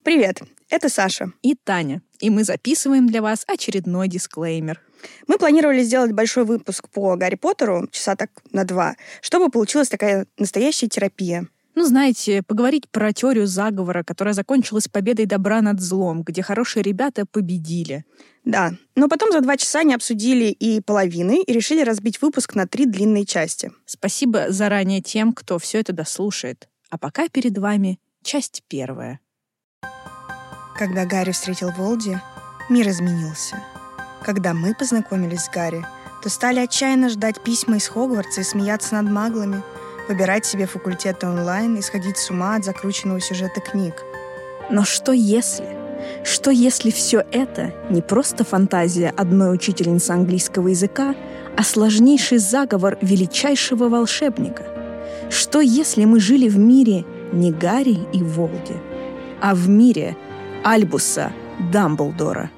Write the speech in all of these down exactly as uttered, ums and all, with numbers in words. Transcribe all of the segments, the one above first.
Привет, это Саша. И Таня. И мы записываем для вас очередной дисклеймер. Мы планировали сделать большой выпуск по Гарри Поттеру, часа так на два, чтобы получилась такая настоящая терапия. Ну, знаете, поговорить про теорию заговора, которая закончилась победой добра над злом, где хорошие ребята победили. Да, но потом за два часа не обсудили и половины, и решили разбить выпуск на три длинные части. Спасибо заранее тем, кто все это дослушает. А пока перед вами часть первая. Когда Гарри встретил Волди, мир изменился. Когда мы познакомились с Гарри, то стали отчаянно ждать письма из Хогвартса и смеяться над маглами, выбирать себе факультеты онлайн и сходить с ума от закрученного сюжета книг. Но что если? Что если все это не просто фантазия одной учительницы английского языка, а сложнейший заговор величайшего волшебника? Что если мы жили в мире не Гарри и Волди, а в мире Альбуса Дамблдора?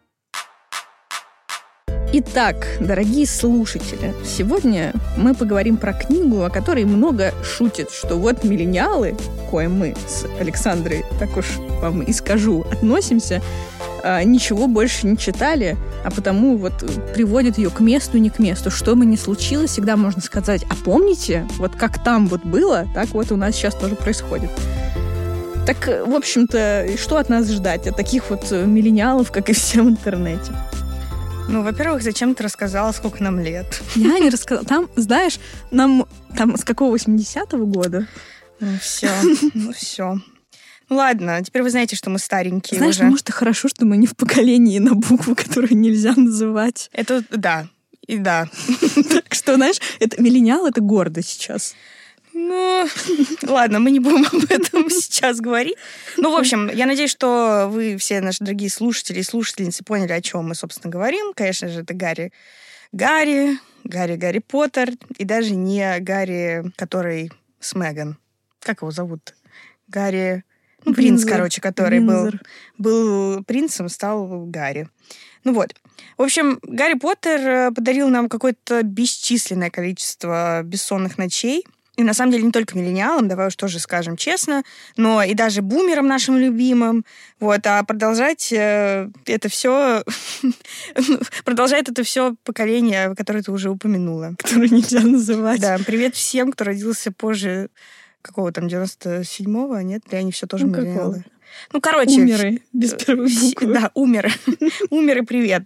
Итак, дорогие слушатели, сегодня мы поговорим про книгу, о которой много шутят, что вот миллениалы, к коим мы с Александрой, так уж вам и скажу, относимся, ничего больше не читали, а потому вот приводят ее к месту, не к месту. Что бы ни случилось, всегда можно сказать: а помните, вот как там вот было, так вот у нас сейчас тоже происходит. Так, в общем-то, что от нас ждать, от таких вот миллениалов, как и все в интернете? Ну, во-первых, зачем ты рассказала, сколько нам лет? Я не рассказала. Там, знаешь, нам там с какого восьмидесятого года? Ну, все, ну, все. Ну, ладно, теперь вы знаете, что мы старенькие. Знаешь, уже. Может, и хорошо, что мы не в поколении на букву, которую нельзя называть. Это да, и да. Так что, знаешь, это миллениал — это гордо сейчас. Ну, ладно, мы не будем об этом сейчас говорить. Ну, в общем, я надеюсь, что вы, все наши дорогие слушатели и слушательницы, поняли, о чем мы, собственно, говорим. Конечно же, это Гарри, Гарри, Гарри, Гарри Поттер, и даже не Гарри, который с Меган. Как его зовут? Гарри... Ну, принц, Винзор. короче, который был, Винзор. был принцем, стал Гарри. Ну вот. В общем, Гарри Поттер подарил нам какое-то бесчисленное количество бессонных ночей. И на самом деле не только миллениалам, давай уж тоже скажем честно, но и даже бумерам нашим любимым. Вот, а продолжать э, это все... продолжает это все поколение, которое ты уже упомянула. Которую нельзя называть. Да, привет всем, кто родился позже какого там, девяносто седьмого, нет? Или они все тоже Ну, миллениалы? Ну, короче... Умеры, без первой буквы. Да, умеры. Умеры, привет.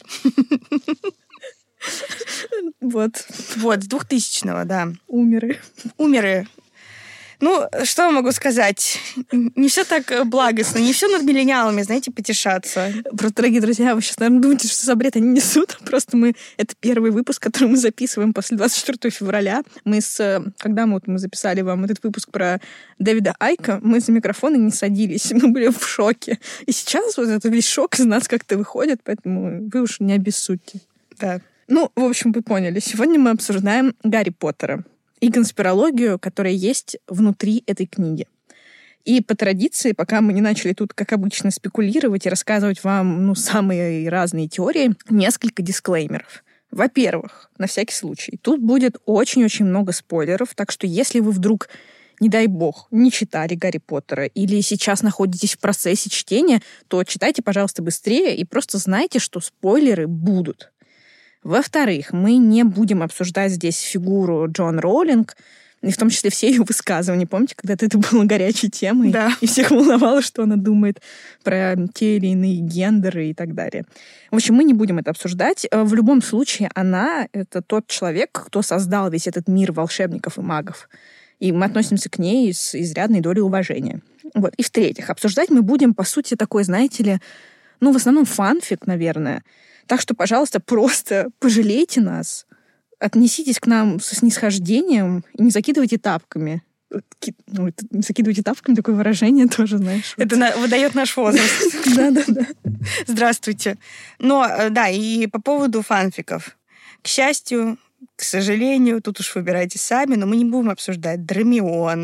Вот. Вот, с двухтысячного, да. Умеры. Умеры. Ну, что я могу сказать? Не все так благостно, не все над миллениалами, знаете, потешаться. Просто, дорогие друзья, вы сейчас, наверное, думаете, что за бред они несут. Просто мы... Это первый выпуск, который мы записываем после двадцать четвёртого февраля. Мы с... Когда мы, вот, мы записали вам этот выпуск про Дэвида Айка, мы за микрофоны не садились. Мы были в шоке. И сейчас вот этот весь шок из нас как-то выходит, поэтому вы уж не обессудьте. Да. Ну, в общем, вы поняли. Сегодня мы обсуждаем Гарри Поттера и конспирологию, которая есть внутри этой книги. И по традиции, пока мы не начали тут, как обычно, спекулировать и рассказывать вам, ну, самые разные теории, несколько дисклеймеров. Во-первых, на всякий случай, тут будет очень-очень много спойлеров, так что если вы вдруг, не дай бог, не читали Гарри Поттера или сейчас находитесь в процессе чтения, то читайте, пожалуйста, быстрее и просто знайте, что спойлеры будут. Во-вторых, мы не будем обсуждать здесь фигуру Джоан Роулинг, и в том числе все ее высказывания. Помните, когда-то это было горячей темой? Да. И всех волновало, что она думает про те или иные гендеры и так далее. В общем, мы не будем это обсуждать. В любом случае, она — это тот человек, кто создал весь этот мир волшебников и магов. И мы относимся к ней с изрядной долей уважения. Вот. И в-третьих, обсуждать мы будем, по сути, такой, знаете ли, ну, в основном фанфик, наверное. Так что, пожалуйста, просто пожалейте нас, отнеситесь к нам со снисхождением и не закидывайте тапками. Ну, это, не закидывайте тапками, такое выражение тоже, знаешь. Это на, выдает наш возраст. Да-да-да. Здравствуйте. Но, да, и по поводу фанфиков. К счастью, к сожалению, тут уж выбирайте сами, но мы не будем обсуждать Драмион,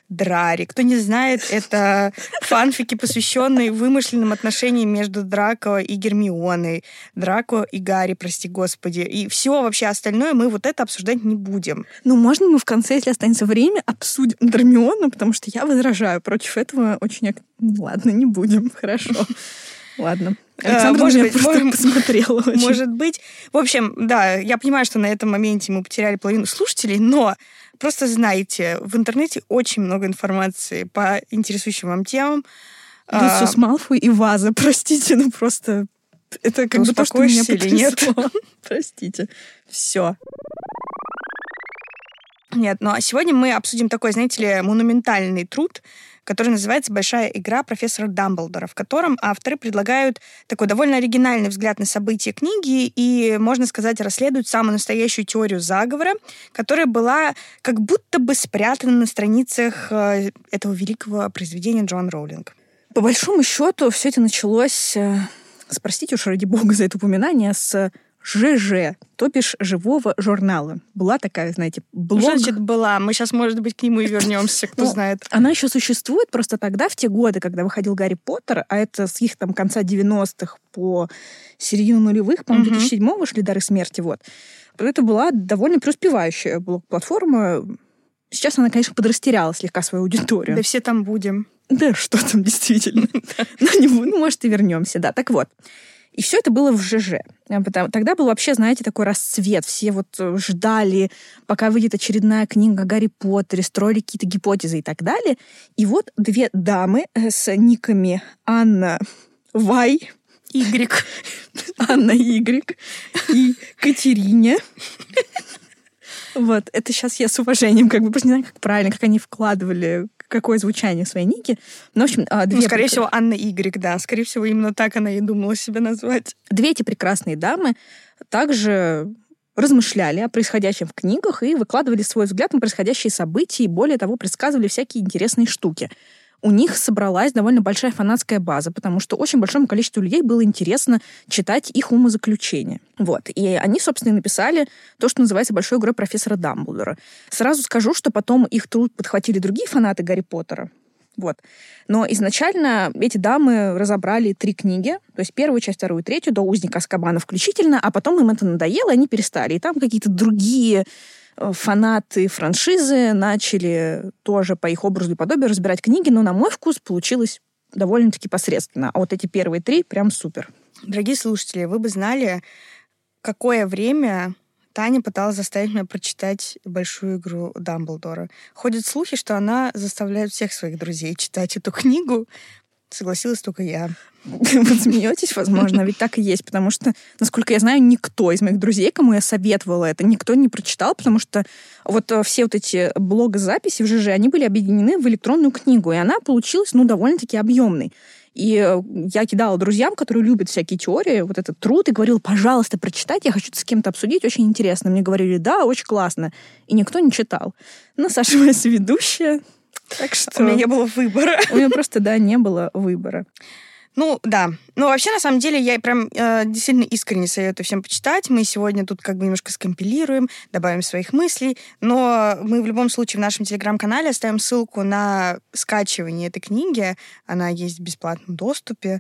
Драри. Кто не знает, это фанфики, посвященные вымышленным отношениям между Драко и Гермионой, Драко и Гарри, прости господи. И все вообще остальное мы вот это обсуждать не будем. Ну, можно мы в конце, если останется время, обсудим Гермиону, потому что я возражаю против этого очень... Ладно, не будем, хорошо. Ладно. Александра может на меня быть, просто может, посмотрела очень. Может быть. В общем, да, я понимаю, что на этом моменте мы потеряли половину слушателей, но просто знайте, в интернете очень много информации по интересующим вам темам. Люциус а... Малфой и Ваза, простите, ну просто... Это как бы то, что меня потрясло. Нет? Простите. Все. Нет, ну а сегодня мы обсудим такой, знаете ли, монументальный труд, который называется «Большая игра профессора Дамблдора», в котором авторы предлагают такой довольно оригинальный взгляд на события книги и, можно сказать, расследуют самую настоящую теорию заговора, которая была как будто бы спрятана на страницах этого великого произведения Джоан Роулинг. По большому счету, все это началось, с, простите уж ради бога за это упоминание, с ЖЖ, то бишь живого журнала. Была такая, знаете, блог... Что значит была? Мы сейчас, может быть, к нему и вернемся, кто ну, знает. Она еще существует, просто тогда, в те годы, когда выходил Гарри Поттер, а это с их там конца девяностых по середину нулевых, по-моему, две тысячи седьмом вышли «Дары смерти», вот. Это была довольно преуспевающая блог-платформа. Сейчас она, конечно, подрастеряла слегка свою аудиторию. Да все там будем. Да, что там действительно. Ну, может, и вернемся, да. Так вот. И все это было в ЖЖ. Тогда был вообще, знаете, такой расцвет. Все вот ждали, пока выйдет очередная книга о Гарри Поттере, строили какие-то гипотезы и так далее. И вот две дамы с никами Анна Вай, Y, Анна Y и Катерине. Вот, это сейчас я с уважением, как бы, просто не знаю, как правильно, как они вкладывали, какое звучание в свои ники. Ну, в общем, две... Ну, скорее всего, Анна Y, да. Скорее всего, именно так она и думала себя назвать. Две эти прекрасные дамы также размышляли о происходящем в книгах и выкладывали свой взгляд на происходящие события, и, более того, предсказывали всякие интересные штуки. У них собралась довольно большая фанатская база, потому что очень большому количеству людей было интересно читать их умозаключения. Вот. И они, собственно, и написали то, что называется «Большой игрой профессора Дамблдора». Сразу скажу, что потом их труд подхватили другие фанаты Гарри Поттера. Вот. Но изначально эти дамы разобрали три книги, то есть первую часть, вторую, третью, до «Узника Азкабана» включительно, а потом им это надоело, и они перестали. И там какие-то другие фанаты франшизы начали тоже по их образу и подобию разбирать книги, но на мой вкус получилось довольно-таки посредственно. А вот эти первые три прям супер. Дорогие слушатели, вы бы знали, какое время Таня пыталась заставить меня прочитать «Большую игру Дамблдора». Ходят слухи, что она заставляет всех своих друзей читать эту книгу. Согласилась только я. Вы смеетесь, возможно, ведь так и есть, потому что, насколько я знаю, никто из моих друзей, кому я советовала это, никто не прочитал, потому что вот все вот эти блог-записи в ЖЖ, они были объединены в электронную книгу, и она получилась, ну, довольно-таки объемной. И я кидала друзьям, которые любят всякие теории, вот этот труд, и говорила, пожалуйста, прочитайте, я хочу это с кем-то обсудить, очень интересно. Мне говорили, да, очень классно. И никто не читал. Но Саша моя соведущая, так что... У меня не было выбора. У меня просто, да, не было выбора. Ну, да. Ну, вообще, на самом деле, я прям э, действительно искренне советую всем почитать. Мы сегодня тут как бы немножко скомпилируем, добавим своих мыслей, но мы в любом случае в нашем телеграм-канале оставим ссылку на скачивание этой книги. Она есть в бесплатном доступе.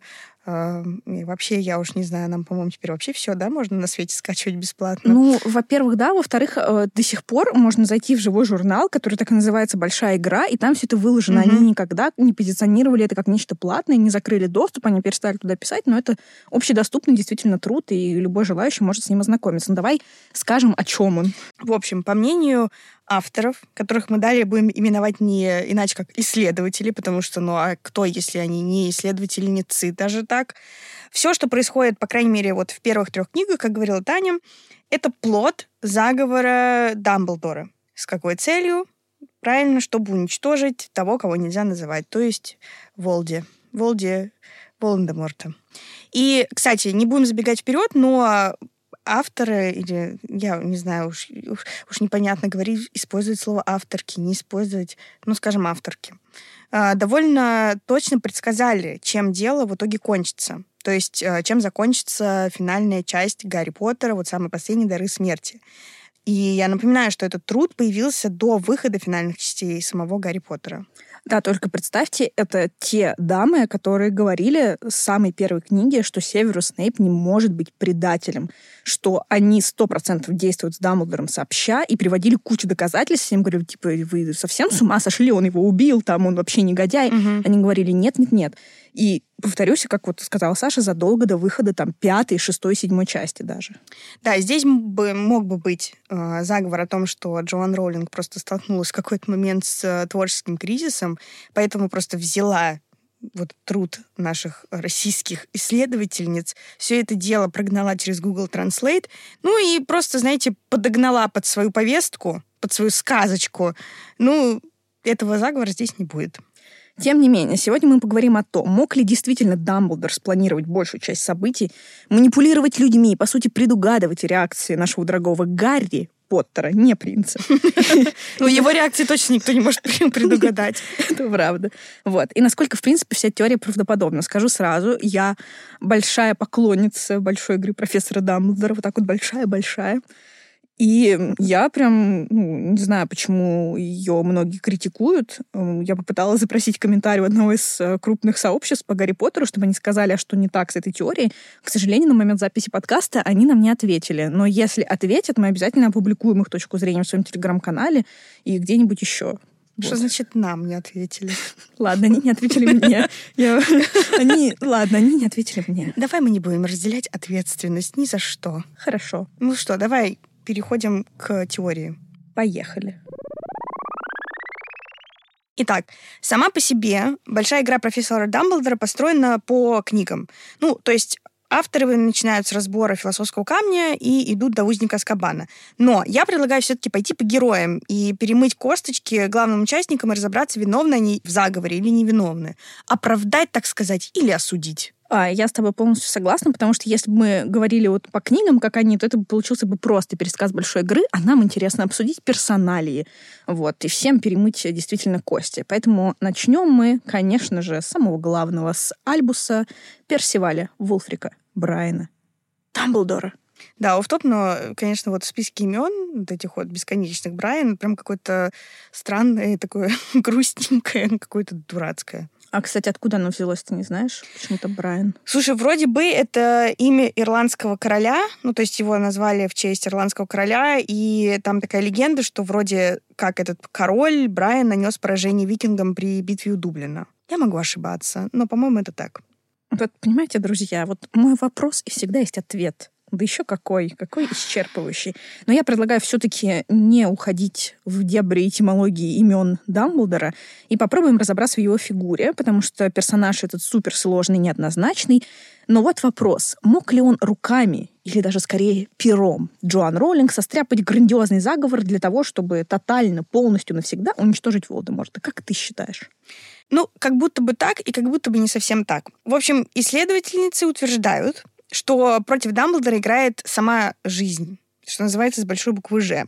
И вообще, я уж не знаю, нам, по-моему, теперь вообще все, да, можно на свете скачивать бесплатно? Ну, во-первых, да. Во-вторых, до сих пор можно зайти в живой журнал, который так и называется «Большая игра», и там все это выложено. Mm-hmm. Они никогда не позиционировали это как нечто платное, не закрыли доступ, они перестали туда писать, но это общедоступный действительно труд, и любой желающий может с ним ознакомиться. Ну, давай скажем, о чем он. В общем, по мнению авторов, которых мы далее будем именовать не иначе, как исследователи, потому что, ну, а кто, если они не исследовательницы, даже так? Все, что происходит, по крайней мере, вот в первых трех книгах, как говорила Таня, это плод заговора Дамблдора. С какой целью? Правильно, чтобы уничтожить того, кого нельзя называть, то есть Волди. Волди Волан-де-Морта. И, кстати, не будем забегать вперед, но авторы, или, я не знаю, уж, уж, уж непонятно говорить, использовать слово авторки, не использовать, ну, скажем, авторки, довольно точно предсказали, чем дело в итоге кончится. То есть, чем закончится финальная часть Гарри Поттера, вот самый последний «Дары смерти». И я напоминаю, что этот труд появился до выхода финальных частей самого Гарри Поттера. Да, только представьте, это те дамы, которые говорили с самой первой книги, что Северус Снейп не может быть предателем, что они сто процентов действуют с Дамблдором сообща, и приводили кучу доказательств. Им говорили, типа, вы совсем с ума сошли, он его убил, там, он вообще негодяй. Угу. Они говорили, нет-нет-нет. И, повторюсь, как вот сказала Саша, задолго до выхода там пятой, шестой, седьмой части даже. Да, здесь бы, мог бы быть э, заговор о том, что Джоан Роулинг просто столкнулась в какой-то момент с э, творческим кризисом, поэтому просто взяла вот труд наших российских исследовательниц, все это дело прогнала через Google Translate, ну и просто, знаете, подогнала под свою повестку, под свою сказочку. Ну, этого заговора здесь не будет. Тем не менее, сегодня мы поговорим о том, мог ли действительно Дамблдор спланировать большую часть событий, манипулировать людьми и, по сути, предугадывать реакции нашего дорогого Гарри Поттера, не принца. Ну, его реакции точно никто не может предугадать. Это правда. Вот. И насколько, в принципе, вся теория правдоподобна. Скажу сразу, я большая поклонница большой игры профессора Дамблдора, вот так вот большая-большая. И я прям, ну, не знаю, почему ее многие критикуют. Я попыталась запросить комментарий у одного из крупных сообществ по Гарри Поттеру, чтобы они сказали, а что не так с этой теорией. К сожалению, на момент записи подкаста они нам не ответили. Но если ответят, мы обязательно опубликуем их точку зрения в своем телеграм-канале и где-нибудь еще. Что Вот. значит нам не ответили? Ладно, они не ответили мне. Я... Они... Ладно, они не ответили мне. Давай мы не будем разделять ответственность ни за что. Хорошо. Ну что, давай переходим к теории. Поехали. Итак, сама по себе большая игра профессора Дамблдора построена по книгам. Ну, то есть авторы начинают с разбора философского камня и идут до узника Азкабана. Но я предлагаю все-таки пойти по героям и перемыть косточки главным участникам и разобраться, виновны они в заговоре или невиновны. Оправдать, так сказать, или осудить. А, я с тобой полностью согласна, потому что если бы мы говорили вот по книгам, как они, то это бы получился бы просто пересказ большой игры, а нам интересно обсудить персоналии, вот, и всем перемыть действительно кости. Поэтому начнем мы, конечно же, с самого главного, с Альбуса Персиваля Вулфрика Брайана Дамблдора. Да, офф-топ, но, конечно, вот в списке имен вот этих вот бесконечных Брайан прям какое-то странное, такое грустненькое, какое-то дурацкое. А, кстати, откуда оно взялось, ты не знаешь? Почему-то Брайан. Слушай, вроде бы это имя ирландского короля, ну, то есть его назвали в честь ирландского короля, и там такая легенда, что вроде как этот король Брайан нанес поражение викингам при битве у Дублина. Я могу ошибаться, но, по-моему, это так. Вот, понимаете, друзья, вот мой вопрос, и всегда есть ответ. Да еще какой, какой исчерпывающий. Но я предлагаю все-таки не уходить в дебри этимологии имен Дамблдора и попробуем разобраться в его фигуре, потому что персонаж этот суперсложный, неоднозначный. Но вот вопрос, мог ли он руками, или даже скорее пером, Джоан Роулинг состряпать грандиозный заговор для того, чтобы тотально, полностью, навсегда уничтожить Волдеморта? Как ты считаешь? Ну, как будто бы так, и как будто бы не совсем так. В общем, исследовательницы утверждают, что против Дамблдора играет сама жизнь, что называется, с большой буквы «Ж».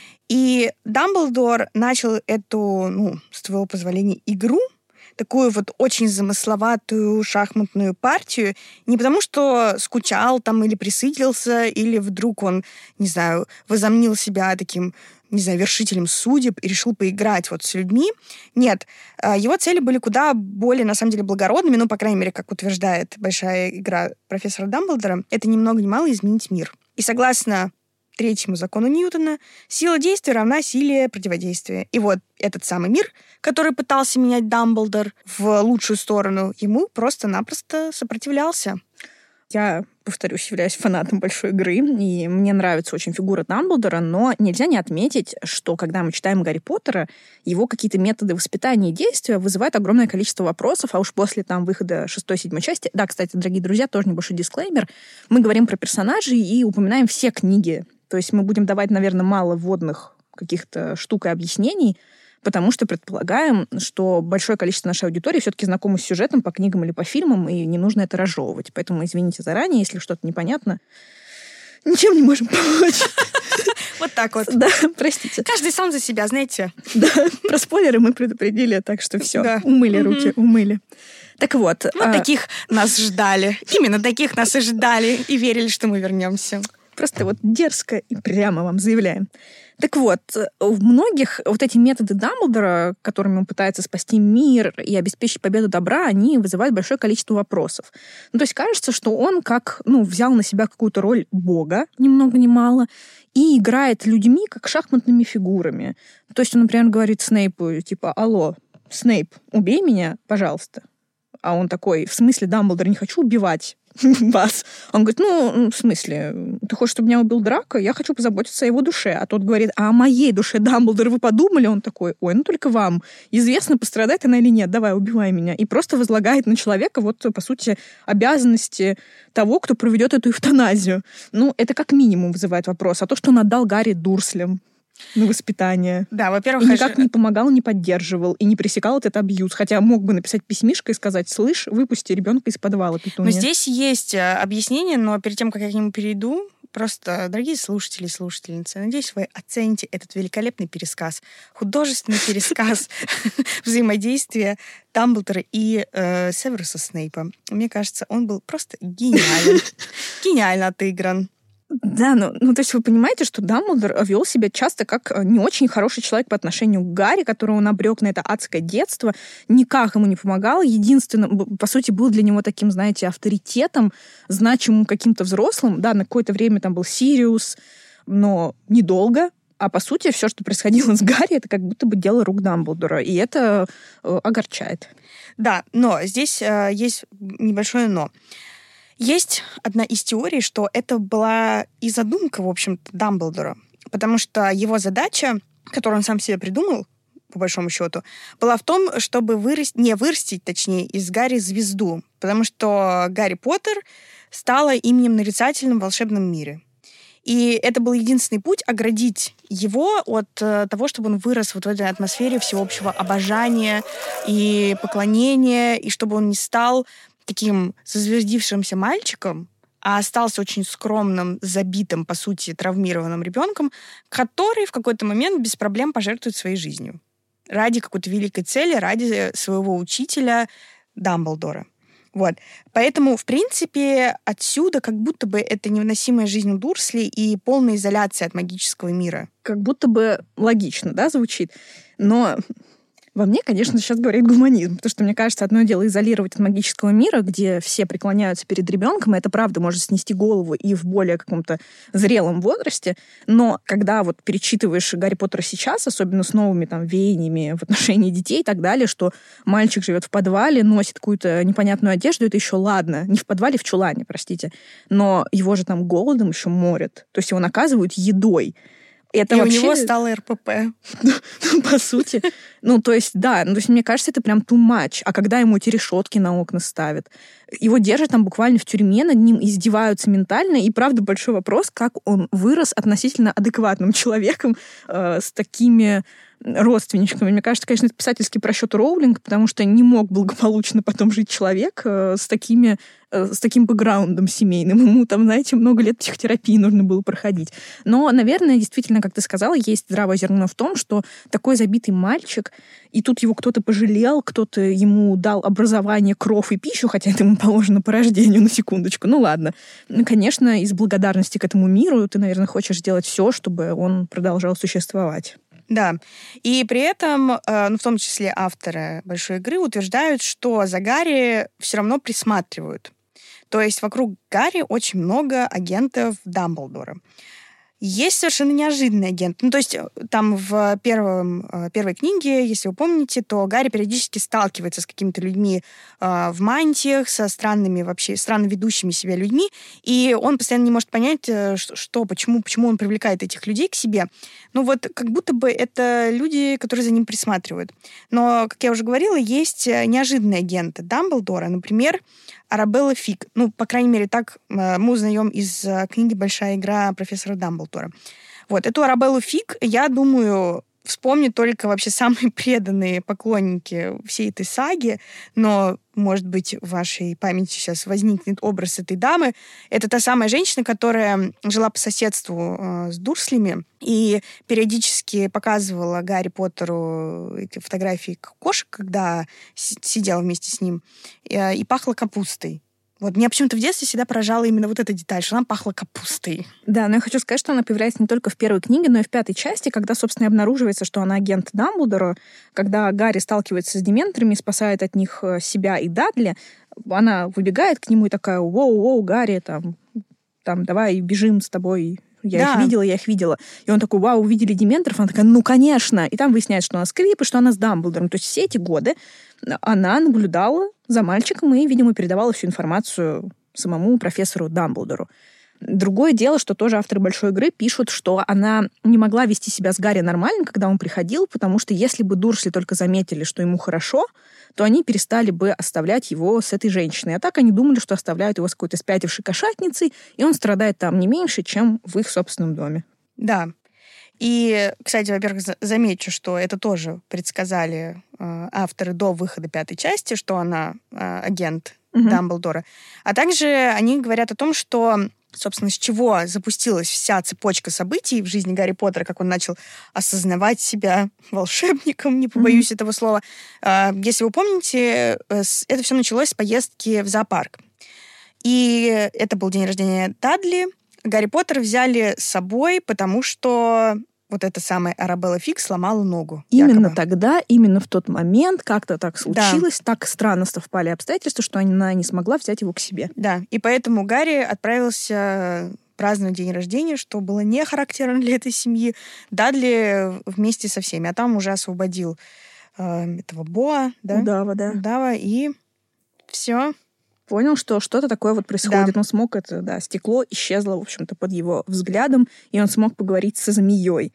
И Дамблдор начал эту, ну, с твоего позволения, игру, такую вот очень замысловатую шахматную партию, не потому что скучал там или присытился, или вдруг он, не знаю, возомнил себя таким, не знаю, вершителем судеб и решил поиграть вот с людьми. Нет, его цели были куда более, на самом деле, благородными, ну, по крайней мере, как утверждает большая игра профессора Дамблдора, это ни много ни мало изменить мир. И согласно третьему закону Ньютона, сила действия равна силе противодействия. И вот этот самый мир, который пытался менять Дамблдор в лучшую сторону, ему просто-напросто сопротивлялся. Я, повторюсь, являюсь фанатом большой игры, и мне нравится очень фигура Дамблдора, но нельзя не отметить, что когда мы читаем Гарри Поттера, его какие-то методы воспитания и действия вызывают огромное количество вопросов, а уж после там выхода шестой-седьмой части... Да, кстати, дорогие друзья, тоже небольшой дисклеймер. Мы говорим про персонажей и упоминаем все книги. То есть мы будем давать, наверное, мало вводных каких-то штук и объяснений, потому что предполагаем, что большое количество нашей аудитории все-таки знакомы с сюжетом по книгам или по фильмам, и не нужно это разжевывать. Поэтому извините заранее, если что-то непонятно. Ничем не можем помочь. Вот так вот. Да, простите. Каждый сам за себя, знаете. Да, про спойлеры мы предупредили, так что все, умыли руки, умыли. Так вот. Вот таких нас ждали. Именно таких нас и ждали, и верили, что мы вернемся. Просто вот дерзко и прямо вам заявляем. Так вот, в многих вот эти методы Дамблдора, которыми он пытается спасти мир и обеспечить победу добра, они вызывают большое количество вопросов. Ну, то есть кажется, что он как, ну, взял на себя какую-то роль бога, ни много ни мало, и играет людьми как шахматными фигурами. То есть он, например, говорит Снейпу, типа, алло, Снейп, убей меня, пожалуйста. А он такой, в смысле, Дамблдор, не хочу убивать вас. Он говорит, ну, в смысле, ты хочешь, чтобы меня убил Драко? Я хочу позаботиться о его душе. А тот говорит, а о моей душе, Дамблдор, вы подумали? Он такой, ой, ну только вам. Известно, пострадает она или нет, давай, убивай меня. И просто возлагает на человека вот, по сути, обязанности того, кто проведет эту эвтаназию. Ну, это как минимум вызывает вопрос. А то, что он отдал Гарри Дурслям на воспитание. Да, во-первых... И никак не помогал, не поддерживал, и не пресекал этот абьюз. Хотя мог бы написать письмишко и сказать, слышь, выпусти ребенка из подвала, Петунья. Но здесь есть объяснение, но перед тем, как я к нему перейду, просто, дорогие слушатели и слушательницы, надеюсь, вы оцените этот великолепный пересказ, художественный пересказ взаимодействия Дамблдора и э, Северуса Снейпа. Мне кажется, он был просто гениален. Гениально отыгран. Да, ну, ну, то есть вы понимаете, что Дамблдор вел себя часто как не очень хороший человек по отношению к Гарри, которого он обрек на это адское детство, никак ему не помогал, единственно, по сути, был для него таким, знаете, авторитетом, значимым каким-то взрослым. Да, на какое-то время там был Сириус, но недолго. А по сути, все, что происходило с Гарри, это как будто бы дело рук Дамблдора, и это э, огорчает. Да, но здесь э, есть небольшое «но». Есть одна из теорий, что это была и задумка, в общем-то, Дамблдора, потому что его задача, которую он сам себе придумал, по большому счету, была в том, чтобы вырастить, не вырастить, точнее, из Гарри звезду, потому что Гарри Поттер стала именем нарицательным в волшебном мире. И это был единственный путь оградить его от э, того, чтобы он вырос вот в этой атмосфере всеобщего обожания и поклонения, и чтобы он не стал таким зазвездившимся мальчиком, а остался очень скромным, забитым, по сути, травмированным ребенком, который в какой-то момент без проблем пожертвует своей жизнью ради какой-то великой цели, ради своего учителя Дамблдора. Вот. Поэтому, в принципе, отсюда как будто бы это невыносимая жизнь у Дурсли и полная изоляция от магического мира. Как будто бы логично, да, звучит? Но во мне, конечно, сейчас говорит гуманизм, потому что, мне кажется, одно дело изолировать от магического мира, где все преклоняются перед ребенком, и это, правда, может снести голову и в более каком-то зрелом возрасте, но когда вот перечитываешь Гарри Поттера сейчас, особенно с новыми там веяниями в отношении детей и так далее, что мальчик живет в подвале, носит какую-то непонятную одежду, это еще ладно, не в подвале, в чулане, простите, но его же там голодом еще морят, то есть его наказывают едой. Это и вообще... у него стало эр пэ пэ. По сути. Ну, то есть, да, ну, то есть, мне кажется, это прям too much. А когда ему эти решетки на окна ставят, его держат там буквально в тюрьме, над ним издеваются ментально, и, правда, большой вопрос, как он вырос относительно адекватным человеком э, с такими родственничками. Мне кажется, конечно, это писательский просчет Роулинг, потому что не мог благополучно потом жить человек э, с такими э, с таким бэкграундом семейным. Ему там, знаете, много лет психотерапии нужно было проходить. Но, наверное, действительно, как ты сказала, есть здравое зерно в том, что такой забитый мальчик, и тут его кто-то пожалел, кто-то ему дал образование, кров и пищу, хотя это ему положено по рождению, на секундочку. Ну ладно. Конечно, из благодарности к этому миру ты, наверное, хочешь сделать все, чтобы он продолжал существовать. Да. И при этом, э, ну, в том числе авторы «Большой игры» утверждают, что за Гарри все равно присматривают. То есть вокруг Гарри очень много агентов Дамблдора. Есть совершенно неожиданный агент. Ну, то есть там в первом, первой книге, если вы помните, то Гарри периодически сталкивается с какими-то людьми э, в мантиях, со странными вообще, странно ведущими себя людьми, и он постоянно не может понять, что, почему, почему он привлекает этих людей к себе. Ну вот как будто бы это люди, которые за ним присматривают. Но, как я уже говорила, есть неожиданные агенты Дамблдора, например, Арабелла Фиг. Ну, по крайней мере, так мы узнаем из книги «Большая игра» профессора Дамблдора. Вот, эту Арабеллу Фиг, я думаю, вспомнят только вообще самые преданные поклонники всей этой саги, но, может быть, в вашей памяти сейчас возникнет образ этой дамы. Это та самая женщина, которая жила по соседству э, с Дурслями и периодически показывала Гарри Поттеру эти фотографии кошек, когда с- сидела вместе с ним, э, и пахла капустой. Вот меня почему-то в детстве всегда поражала именно вот эта деталь, что она пахла капустой. Да, но я хочу сказать, что она появляется не только в первой книге, но и в пятой части, когда, собственно, и обнаруживается, что она агент Дамблдора. Когда Гарри сталкивается с дементорами, спасает от них себя и Дадли, она выбегает к нему и такая: «Воу-воу, Гарри, там, там, давай бежим с тобой». Я да. их видела, я их видела. И он такой: «Вау, увидели дементоров?» Она такая: «Ну, конечно!» И там выясняется, что она скрип, и что она с Дамблдором. То есть все эти годы она наблюдала за мальчиком и, видимо, передавала всю информацию самому профессору Дамблдору. Другое дело, что тоже авторы «Большой игры» пишут, что она не могла вести себя с Гарри нормально, когда он приходил, потому что если бы Дурсли только заметили, что ему хорошо, то они перестали бы оставлять его с этой женщиной. А так они думали, что оставляют его с какой-то спятившей кошатницей, и он страдает там не меньше, чем в их собственном доме. Да. И, кстати, во-первых, замечу, что это тоже предсказали э, авторы до выхода пятой части, что она э, агент mm-hmm. Дамблдора. А также они говорят о том, что, собственно, с чего запустилась вся цепочка событий в жизни Гарри Поттера, как он начал осознавать себя волшебником, не побоюсь mm-hmm. этого слова. Э, если вы помните, э, это все началось с поездки в зоопарк. И это был день рождения Дадли. Гарри Поттера взяли с собой, потому что вот эта самая Арабелла Фиг сломала ногу. Именно якобы. Тогда, именно в тот момент как-то так случилось, да. так странно совпали обстоятельства, что она не смогла взять его к себе. Да, и поэтому Гарри отправился праздновать день рождения, что было не характерно для этой семьи. Дадли вместе со всеми, а там уже освободил э, этого Боа, да? Удава, да. Удава, и все. Понял, что что-то такое вот происходит. Да. Он смог это, да, стекло исчезло, в общем-то, под его взглядом, и он смог поговорить со змеей.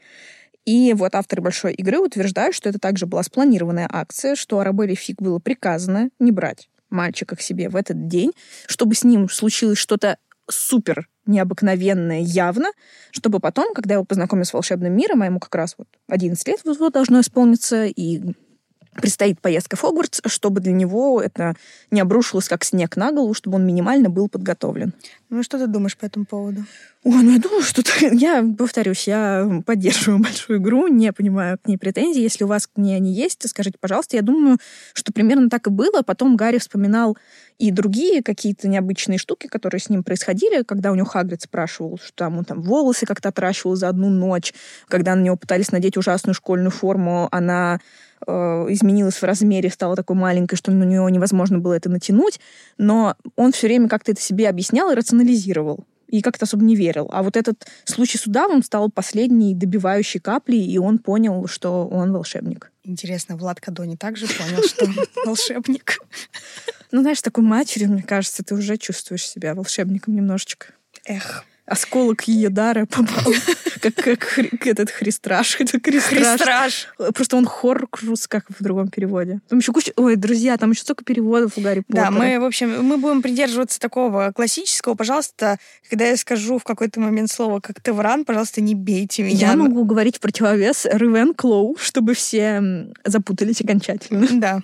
И вот авторы «Большой игры» утверждают, что это также была спланированная акция, что Арабелле Фиг было приказано не брать мальчика к себе в этот день, чтобы с ним случилось что-то супер необыкновенное явно, чтобы потом, когда его познакомят с волшебным миром, а ему как раз вот одиннадцать лет вот должно исполниться, и предстоит поездка в Хогвартс, чтобы для него это не обрушилось как снег на голову, чтобы он минимально был подготовлен. Ну, что ты думаешь по этому поводу? Ой, ну я думаю, что... Я повторюсь, я поддерживаю «Большую игру», не понимаю к ней претензий. Если у вас к ней они есть, скажите, пожалуйста. Я думаю, что примерно так и было. Потом Гарри вспоминал и другие какие-то необычные штуки, которые с ним происходили, когда у него Хагрид спрашивал, что там он там волосы как-то отращивал за одну ночь, когда на него пытались надеть ужасную школьную форму, она изменилась в размере, стала такой маленькой, что на нее невозможно было это натянуть, но он все время как-то это себе объяснял и рационализировал, и как-то особо не верил. А вот этот случай с удавом стал последней добивающей каплей, и он понял, что он волшебник. Интересно, Влад Кадони также понял, что он волшебник? Ну, знаешь, такой матерью, мне кажется, ты уже чувствуешь себя волшебником немножечко. Эх. Осколок ее дара попал, как, как этот Христраж. Это Христраж. Просто он Хоркрус, как в другом переводе. Там еще куча... Ой, друзья, там еще столько переводов у Гарри Поттера. Да, мы, в общем, мы будем придерживаться такого классического. Пожалуйста, когда я скажу в какой-то момент слово как Тевран, пожалуйста, не бейте меня. Я могу говорить в противовес Ревенклоу, чтобы все запутались окончательно. Да.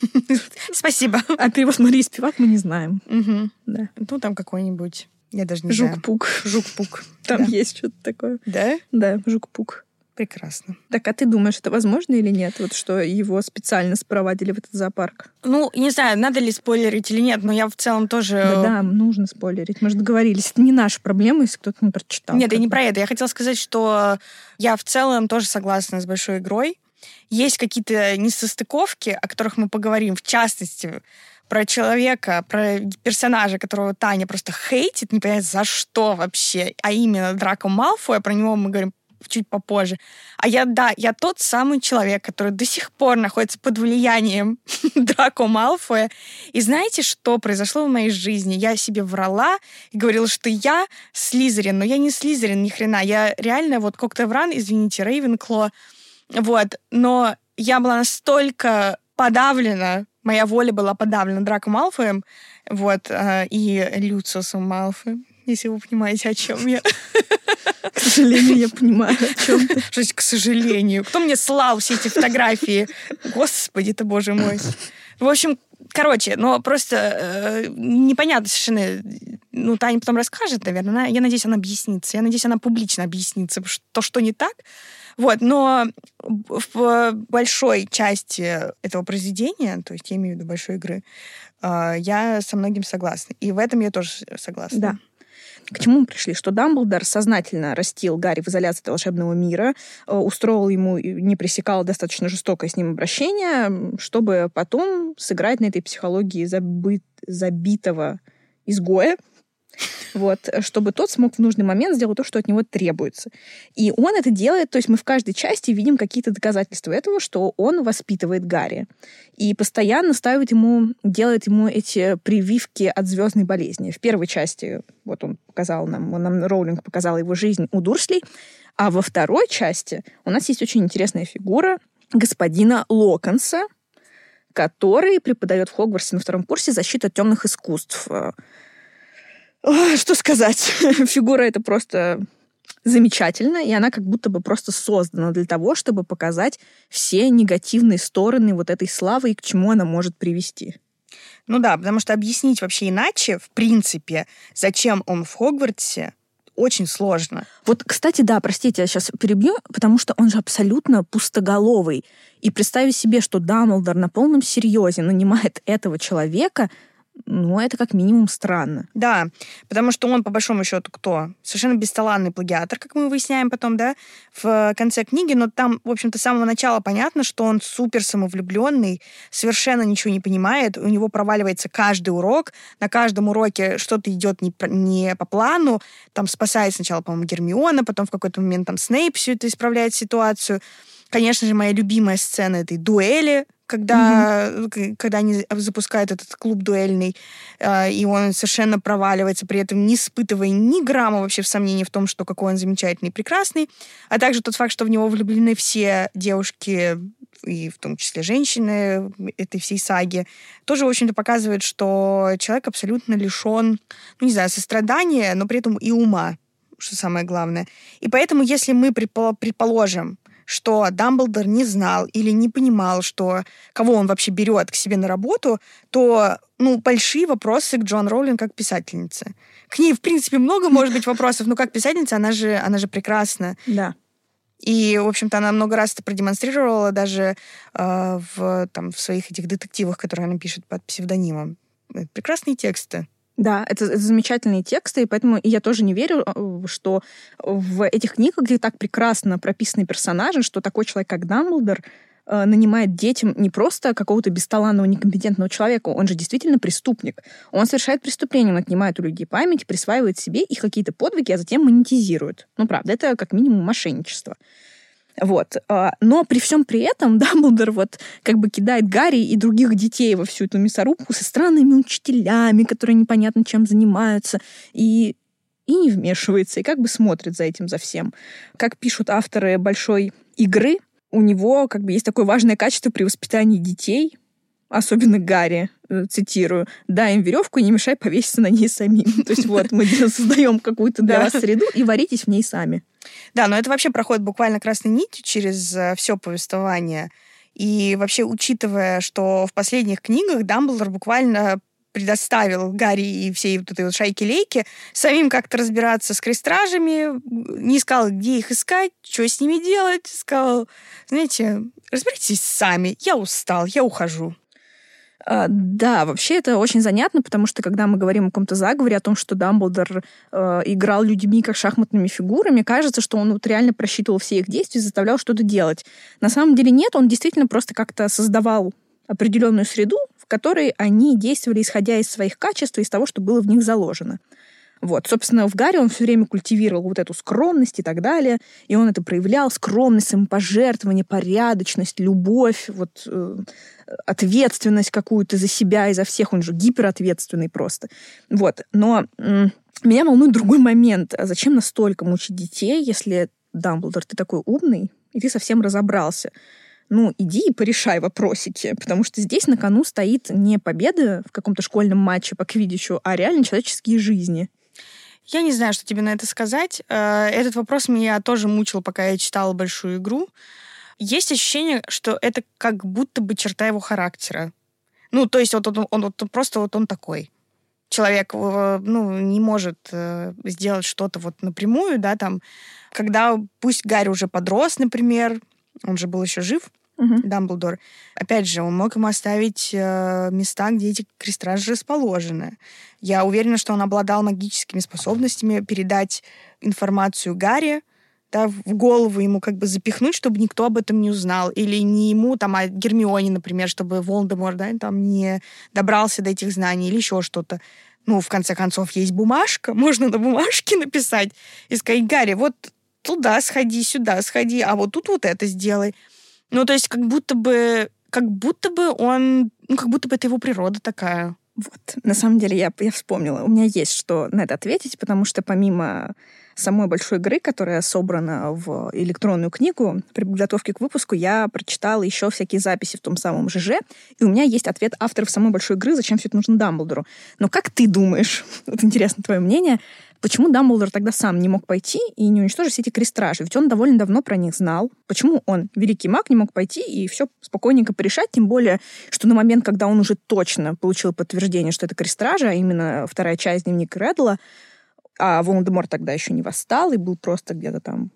Спасибо. А перевод Марии Спивак мы не знаем. Угу. Да. Ну, там какой-нибудь... Я даже не Жук-пук. знаю. Жук-пук. Там да. есть что-то такое. Да? Да, Жук-пук. Прекрасно. Так, а ты думаешь, это возможно или нет? Вот что его специально спровадили в этот зоопарк? Ну, не знаю, надо ли спойлерить или нет, но я в целом тоже... Да, да, нужно спойлерить. Мы же договорились. Это не наша проблема, если кто-то не прочитал. Нет, я не про это. Я хотела сказать, что я в целом тоже согласна с «Большой игрой». Есть какие-то несостыковки, о которых мы поговорим. В частности, про человека, про персонажа, которого Таня просто хейтит, не понятно за что вообще, а именно Драко Малфоя, про него мы говорим чуть попозже. А я, да, я тот самый человек, который до сих пор находится под влиянием Драко Малфоя. И знаете, что произошло в моей жизни? Я себе врала и говорила, что я Слизерин, но я не Слизерин ни хрена. Я реально вот Коктевран, извините, Рейвенкло. Вот. Но я была настолько подавлена, моя воля была подавлена Драко Малфоем, вот, и Люциусом Малфоем, если вы понимаете, о чем я. К сожалению, я понимаю, о чем ты. Что к сожалению? Кто мне слал все эти фотографии? Господи ты, боже мой. В общем, короче, но просто э, непонятно совершенно ну, Таня потом расскажет, наверное. Она, я надеюсь, она объяснится. Я надеюсь, она публично объяснится, то, что не так. Вот, но в большой части этого произведения, то есть я имею в виду большой игры, я со многим согласна. И в этом я тоже согласна. Да. К чему мы пришли? Что Дамблдор сознательно растил Гарри в изоляции от волшебного мира, устроил ему, не пресекал достаточно жестокое с ним обращение, чтобы потом сыграть на этой психологии забыт, забитого изгоя, вот, чтобы тот смог в нужный момент сделать то, что от него требуется. И он это делает, то есть мы в каждой части видим какие-то доказательства этого, что он воспитывает Гарри. И постоянно ставит ему, делает ему эти прививки от звездной болезни. В первой части, вот он показал нам, он нам, Роулинг показала его жизнь у Дурслей, а во второй части у нас есть очень интересная фигура господина Локонса, который преподает в Хогвартсе на втором курсе защиту от темных искусств. Что сказать? Фигура эта просто замечательна, и она как будто бы просто создана для того, чтобы показать все негативные стороны вот этой славы и к чему она может привести. Ну да, потому что объяснить вообще иначе, в принципе, зачем он в Хогвартсе, очень сложно. Вот, кстати, да, простите, я сейчас перебью, потому что он же абсолютно пустоголовый. И представить себе, что Дамблдор на полном серьезе нанимает этого человека, ну, это как минимум странно. Да, потому что он, по большому счету, кто? Совершенно бесталанный плагиатор, как мы выясняем потом, да, в конце книги, но там, в общем-то, с самого начала понятно, что он супер самовлюбленный, совершенно ничего не понимает, у него проваливается каждый урок, на каждом уроке что-то идет не, не по плану, там спасает сначала, по-моему, Гермиона, потом в какой-то момент там Снейп все это исправляет ситуацию. Конечно же, моя любимая сцена этой дуэли, когда, mm-hmm. когда они запускают этот клуб дуэльный, э, и он совершенно проваливается, при этом не испытывая ни грамма вообще в сомнении в том, что какой он замечательный и прекрасный, а также тот факт, что в него влюблены все девушки, и в том числе женщины этой всей саги, тоже, в общем-то, показывает, что человек абсолютно лишен, ну, не знаю, сострадания, но при этом и ума, что самое главное. И поэтому, если мы предположим, что Дамблдор не знал или не понимал, что кого он вообще берет к себе на работу, то, ну, большие вопросы к Джоан Роулинг как писательнице. К ней, в принципе, много может быть вопросов, но как писательница она же, она же прекрасна. Да. И, в общем-то, она много раз это продемонстрировала даже э, в, там, в своих этих детективах, которые она пишет под псевдонимом. Это прекрасные тексты. Да, это, это замечательные тексты, и поэтому я тоже не верю, что в этих книгах, где так прекрасно прописаны персонажи, что такой человек, как Дамблдор, нанимает детям не просто какого-то бесталанного, некомпетентного человека, он же действительно преступник. Он совершает преступления, он отнимает у людей память, присваивает себе их какие-то подвиги, а затем монетизирует. Ну, правда, это как минимум мошенничество. Вот. Но при всем при этом Дамблдор вот как бы кидает Гарри и других детей во всю эту мясорубку со странными учителями, которые непонятно чем занимаются, и, и не вмешивается, и как бы смотрит за этим, за всем. Как пишут авторы большой игры, у него как бы есть такое важное качество при воспитании детей, особенно Гарри, цитирую, дай им веревку и не мешай повеситься на ней самим. То есть вот мы создаем какую-то для вас среду и варитесь в ней сами. Да, но это вообще проходит буквально красной нитью через все повествование. И вообще, учитывая, что в последних книгах Дамблдор буквально предоставил Гарри и всей вот этой вот шайке-лейке самим как-то разбираться с крестражами, не искал, где их искать, что с ними делать, сказал, знаете, разберитесь сами, я устал, я ухожу. Uh, да, вообще это очень занятно, потому что когда мы говорим о каком-то заговоре, о том, что Дамблдор uh, играл людьми как шахматными фигурами, кажется, что он вот реально просчитывал все их действия и заставлял что-то делать. На самом деле нет, он действительно просто как-то создавал определенную среду, в которой они действовали, исходя из своих качеств и из того, что было в них заложено. Вот, собственно, в Гарри он все время культивировал вот эту скромность и так далее, и он это проявлял, скромность, самопожертвование, порядочность, любовь, вот, э, ответственность какую-то за себя и за всех, он же гиперответственный просто. Вот, но э, меня волнует другой момент. А зачем настолько мучить детей, если, Дамблдор, ты такой умный, и ты совсем разобрался? Ну, иди и порешай вопросики, потому что здесь на кону стоит не победа в каком-то школьном матче по квиддичу, а реально человеческие жизни. Я не знаю, что тебе на это сказать. Этот вопрос меня тоже мучил, пока я читала «Большую игру». Есть ощущение, что это как будто бы черта его характера. Ну, то есть вот он, он, он просто вот он такой. человек, ну, не может сделать что-то вот напрямую, да, там, когда пусть Гарри уже подрос, например, он же был еще жив, uh-huh. Дамблдор, опять же, он мог ему оставить места, где эти крестражи расположены. Я уверена, что он обладал магическими способностями передать информацию Гарри, да, в голову ему как бы запихнуть, чтобы никто об этом не узнал. Или не ему, там, а Гермионе, например, чтобы Волан-де-Морт, да, там, не добрался до этих знаний или еще что-то. Ну, в конце концов, есть бумажка, можно на бумажке написать и сказать: Гарри, вот туда сходи, сюда сходи, а вот тут вот это сделай. Ну, то есть как будто бы, как будто бы он, ну, как будто бы это его природа такая. Вот, на самом деле я, я вспомнила. У меня есть что на это ответить, потому что помимо самой большой игры, которая собрана в электронную книгу, при подготовке к выпуску я прочитала еще всякие записи в том самом ЖЖ, и у меня есть ответ авторов самой большой игры, зачем все это нужно Дамблдору. Но как ты думаешь, вот интересно твое мнение, почему Дамблдор тогда сам не мог пойти и не уничтожить все эти крестражи? Ведь он довольно давно про них знал. Почему он, великий маг, не мог пойти и все спокойненько порешать? Тем более, что на момент, когда он уже точно получил подтверждение, что это крестражи, а именно вторая часть дневника Реддла, а Волан-де-Морт тогда еще не восстал и был просто где-то там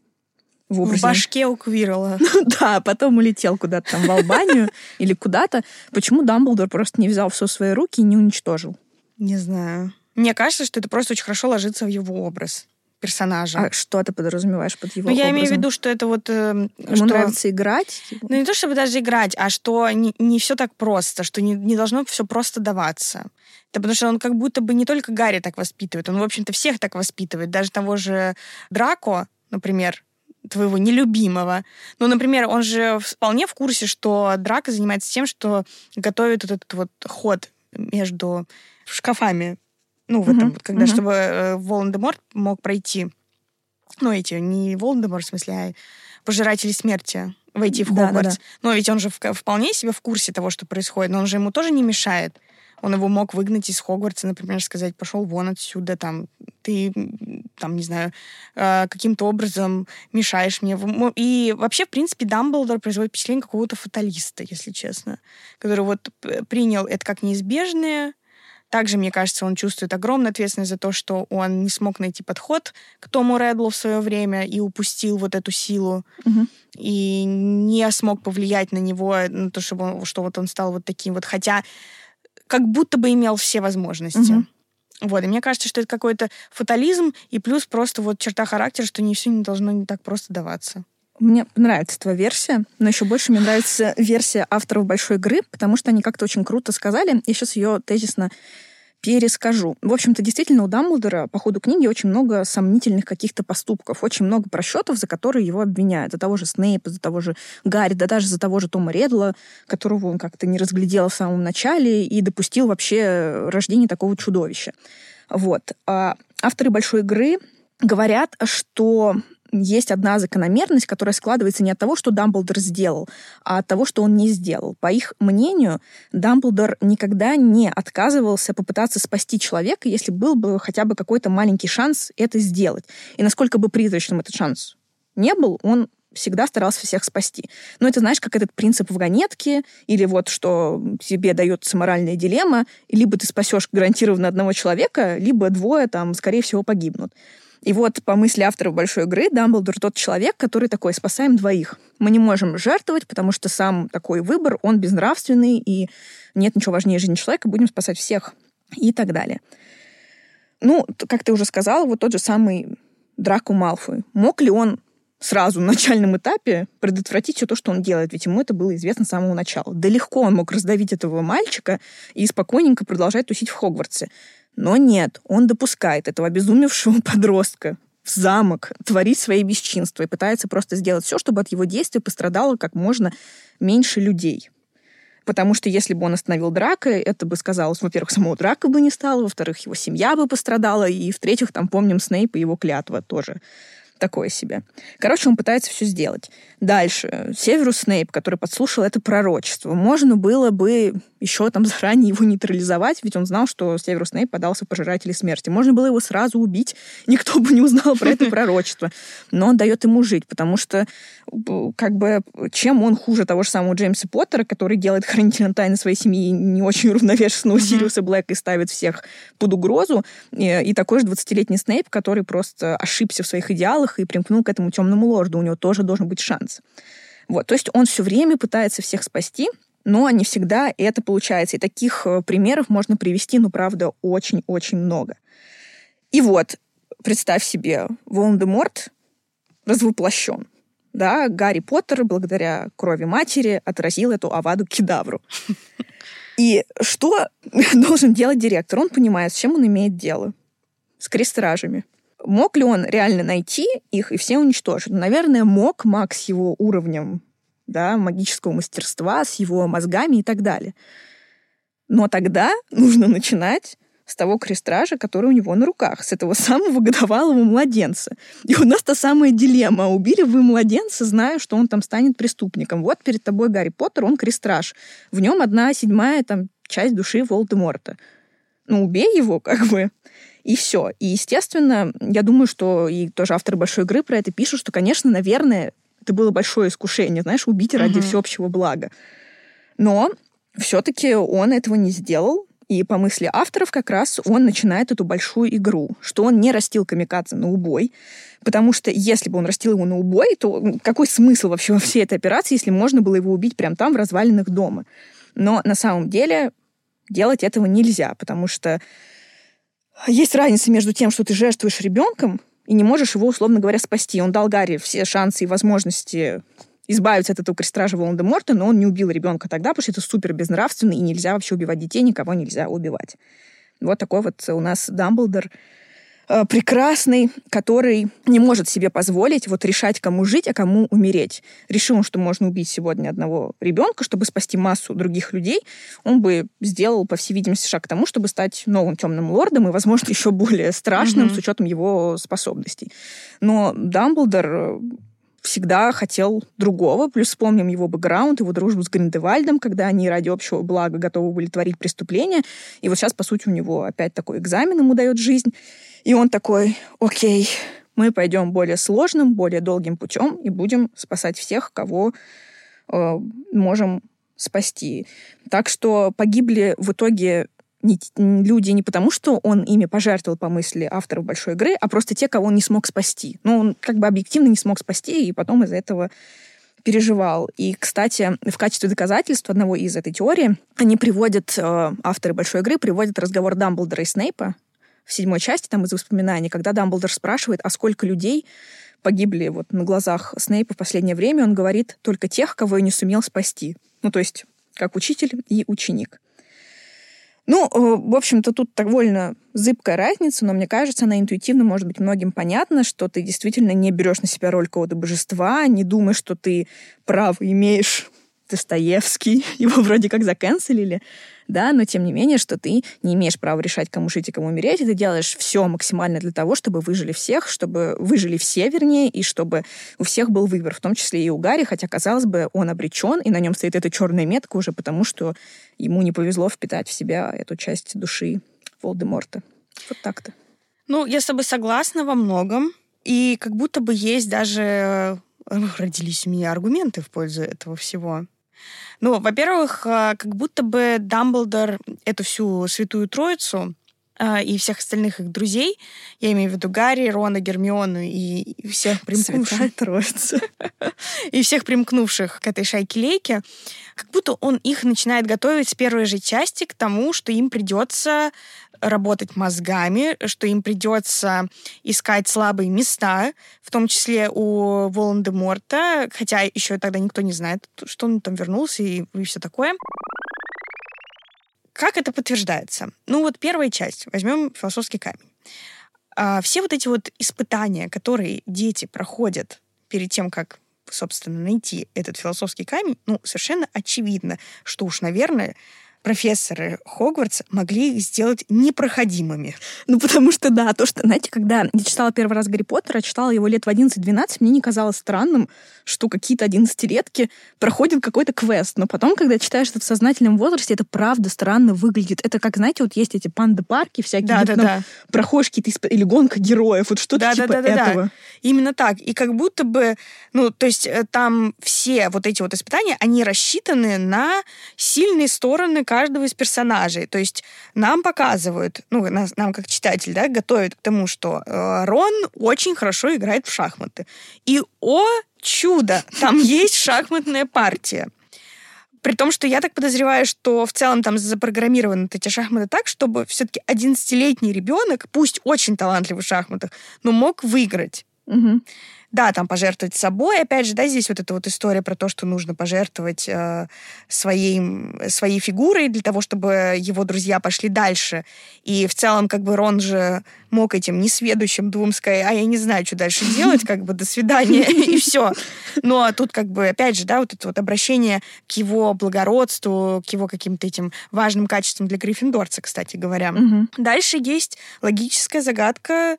в образе... В башке у Квирла. Да, потом улетел куда-то там в Албанию или куда-то. Почему Дамблдор просто не взял все в свои руки и не уничтожил? Не знаю. Мне кажется, что это просто очень хорошо ложится в его образ персонажа. А что ты подразумеваешь под его ну, я образом? имею в виду, что это вот... Э, Ему что... нравится играть? Ну, не то чтобы даже играть, а что не, не все так просто, что не, не должно все просто даваться. Это потому что он как будто бы не только Гарри так воспитывает, он, в общем-то, всех так воспитывает. Даже того же Драко, например, твоего нелюбимого. Ну, например, он же вполне в курсе, что Драко занимается тем, что готовит вот этот вот ход между шкафами. Ну, в этом, uh-huh. когда, uh-huh. чтобы э, Волан-де-Морт мог пройти. Ну, эти, не Волан-де-Морт, в смысле, а пожиратели смерти войти в Хогвартс. Да, да, да. Но ведь он же в, вполне себе в курсе того, что происходит, но он же ему тоже не мешает. Он его мог выгнать из Хогвартса, например, сказать: пошел вон отсюда, там, ты, там, не знаю, э, каким-то образом мешаешь мне. И вообще, в принципе, Дамблдор производит впечатление какого-то фаталиста, если честно, который вот принял это как неизбежное. Также, мне кажется, он чувствует огромную ответственность за то, что он не смог найти подход к Тому Реддлу в свое время и упустил вот эту силу, угу. и не смог повлиять на него, на то, чтобы он, что вот он стал вот таким вот, хотя как будто бы имел все возможности. Угу. Вот, и мне кажется, что это какой-то фатализм и плюс просто вот черта характера, что не все не должно не так просто даваться. Мне нравится твоя версия, но еще больше мне нравится версия авторов большой игры, потому что они как-то очень круто сказали. Я сейчас ее тезисно перескажу. В общем-то, действительно, у Дамблдора по ходу книги очень много сомнительных каких-то поступков, очень много просчетов, за которые его обвиняют. За того же Снейпа, за того же Гарри, да даже за того же Тома Реддла, которого он как-то не разглядел в самом начале и допустил вообще рождение такого чудовища. Вот. А авторы большой игры говорят, что есть одна закономерность, которая складывается не от того, что Дамблдор сделал, а от того, что он не сделал. По их мнению, Дамблдор никогда не отказывался попытаться спасти человека, если был бы хотя бы какой-то маленький шанс это сделать. И насколько бы призрачным этот шанс не был, он всегда старался всех спасти. Но это, знаешь, как этот принцип вагонетки, или вот что тебе дается моральная дилемма, либо ты спасешь гарантированно одного человека, либо двое там, скорее всего, погибнут. И вот, по мысли авторов большой игры, Дамблдор тот человек, который такой: спасаем двоих. Мы не можем жертвовать, потому что сам такой выбор, он безнравственный, и нет ничего важнее жизни человека, будем спасать всех, и так далее. Ну, как ты уже сказала, вот тот же самый Драко Малфой. Мог ли он сразу на начальном этапе предотвратить все то, что он делает? Ведь ему это было известно с самого начала. Да легко он мог раздавить этого мальчика и спокойненько продолжать тусить в Хогвартсе. Но нет, он допускает этого обезумевшего подростка в замок, творить свои бесчинства и пытается просто сделать все, чтобы от его действий пострадало как можно меньше людей. Потому что если бы он остановил Драко, это бы сказалось, во-первых, самого Драко бы не стало, во-вторых, его семья бы пострадала, и в-третьих, там, помним, Снейп и его клятва тоже Такое себе. Короче, он пытается все сделать. Дальше. Северус Снейп, который подслушал это пророчество. Можно было бы еще там заранее его нейтрализовать, ведь он знал, что Северус Снейп подался в пожиратели смерти. Можно было его сразу убить, никто бы не узнал про это пророчество. Но он дает ему жить, потому что как бы чем он хуже того же самого Джеймса Поттера, который делает хранителем тайны своей семьи не очень уравновешенного Сириуса Блэка и ставит всех под угрозу, и, и такой же двадцатилетний Снейп, который просто ошибся в своих идеалах и примкнул к этому темному лорду. У него тоже должен быть шанс. Вот. То есть он все время пытается всех спасти, но не всегда это получается. И таких примеров можно привести, ну, правда, очень-очень много. И вот, представь себе, Волан-де-Морт развоплощен. Да, Гарри Поттер, благодаря крови матери, отразил эту Аваду Кедавру. И что должен делать директор? Он понимает, с чем он имеет дело. С крестражами. Мог ли он реально найти их и все уничтожить? Ну, наверное, мог маг с его уровнем, да, магического мастерства, с его мозгами и так далее. Но тогда нужно начинать с того крестража, который у него на руках, с этого самого годовалого младенца. И у нас та самая дилемма. Убили вы младенца, зная, что он там станет преступником. Вот перед тобой Гарри Поттер, он крестраж. В нем одна седьмая там, часть души Волан-де-Морта. Ну, убей его, как бы. И все. И, естественно, я думаю, что и тоже авторы «Большой игры» про это пишут, что, конечно, наверное, это было большое искушение, знаешь, убить ради mm-hmm. всеобщего блага. Но все-таки он этого не сделал. И по мысли авторов как раз он начинает эту большую игру, что он не растил камикадзе на убой, потому что если бы он растил его на убой, то какой смысл вообще во всей этой операции, если можно было его убить прямо там, в развалинах дома? Но на самом деле делать этого нельзя, потому что есть разница между тем, что ты жертвуешь ребенком и не можешь его, условно говоря, спасти. Он дал Гарри все шансы и возможности избавиться от этого крестража Волан-де-Морта, но он не убил ребенка тогда, потому что это супер безнравственно, и нельзя вообще убивать детей, никого нельзя убивать. Вот такой вот у нас Дамблдор э, прекрасный, который не может себе позволить вот решать, кому жить, а кому умереть. Решил он, что можно убить сегодня одного ребенка, чтобы спасти массу других людей, он бы сделал, по всей видимости, шаг к тому, чтобы стать новым темным лордом и, возможно, еще более страшным mm-hmm. с учетом его способностей. Но Дамблдор всегда хотел другого. Плюс вспомним его бэкграунд, его дружбу с Гриндевальдом, когда они ради общего блага готовы были творить преступления. И вот сейчас, по сути, у него опять такой экзамен ему дает жизнь. И он такой: окей, мы пойдем более сложным, более долгим путем и будем спасать всех, кого э, можем спасти. Так что погибли в итоге Не, люди не потому, что он ими пожертвовал по мысли авторов «Большой игры», а просто те, кого он не смог спасти. Ну, он как бы объективно не смог спасти, и потом из-за этого переживал. И, кстати, в качестве доказательства одного из этой теории они приводят, э, авторы «Большой игры» приводят разговор Дамблдора и Снейпа в седьмой части, там из воспоминаний, когда Дамблдор спрашивает, а сколько людей погибли вот на глазах Снейпа в последнее время, он говорит только тех, кого я не сумел спасти. Ну, то есть как учитель и ученик. Ну, в общем-то, тут довольно зыбкая разница, но мне кажется, она интуитивно может быть многим понятна, что ты действительно не берешь на себя роль какого-то божества, не думаешь, что ты право имеешь, Достоевский, его вроде как заканцелили, да, но тем не менее, что ты не имеешь права решать, кому жить и кому умереть, и ты делаешь все максимально для того, чтобы выжили всех, чтобы выжили все, вернее, и чтобы у всех был выбор, в том числе и у Гарри, хотя, казалось бы, он обречен, и на нем стоит эта черная метка уже потому, что ему не повезло впитать в себя эту часть души Волан-де-Морта. Вот так-то. Ну, я с тобой согласна во многом, и как будто бы есть даже... Родились у меня аргументы в пользу этого всего. Ну, во-первых, как будто бы Дамблдор эту всю святую троицу и всех остальных их друзей, я имею в виду Гарри, Рона, Гермиону и всех примкнувших... Святая троица. И всех примкнувших к этой шайке-лейке, как будто он их начинает готовить с первой же части к тому, что им придется работать мозгами, что им придется искать слабые места, в том числе у Волан-де-Морта, хотя еще тогда никто не знает, что он там вернулся и, и все такое. Как это подтверждается? Ну вот первая часть. Возьмем «Философский камень». А, все вот эти вот испытания, которые дети проходят перед тем, как, собственно, найти этот философский камень, ну, совершенно очевидно, что уж, наверное, профессоры Хогвартса могли их сделать непроходимыми? Ну, потому что, да, то, что, знаете, когда я читала первый раз Гарри Поттера, читала его лет в одиннадцать-двенадцать, мне не казалось странным, что какие-то одиннадцатилетки проходят какой-то квест. Но потом, когда читаешь это в сознательном возрасте, это правда странно выглядит. Это как, знаете, вот есть эти панда-парки всякие, да, где да, там да. проходишь какие-то исп... или гонка героев, вот что-то да, типа да, да, этого. Да. Именно так. И как будто бы, ну, то есть там все вот эти вот испытания, они рассчитаны на сильные стороны каждого из персонажей. То есть нам показывают, ну, нас, нам как читатель, да, готовят к тому, что э, Рон очень хорошо играет в шахматы. И, о чудо, там есть шахматная партия. При том, что я так подозреваю, что в целом там запрограммированы вот эти шахматы так, чтобы все-таки одиннадцатилетний ребенок, пусть очень талантливый в шахматах, но мог выиграть. Угу. Да, там пожертвовать собой. Опять же, да, здесь вот эта вот история про то, что нужно пожертвовать э, своей, своей фигурой для того, чтобы его друзья пошли дальше. И в целом, как бы, Рон же мог этим несведущим двум сказать, а я не знаю, что дальше делать, как бы, до свидания, и все. Но тут, как бы, опять же, да, вот это вот обращение к его благородству, к его каким-то этим важным качествам для гриффиндорца, кстати говоря. Угу. Дальше есть логическая загадка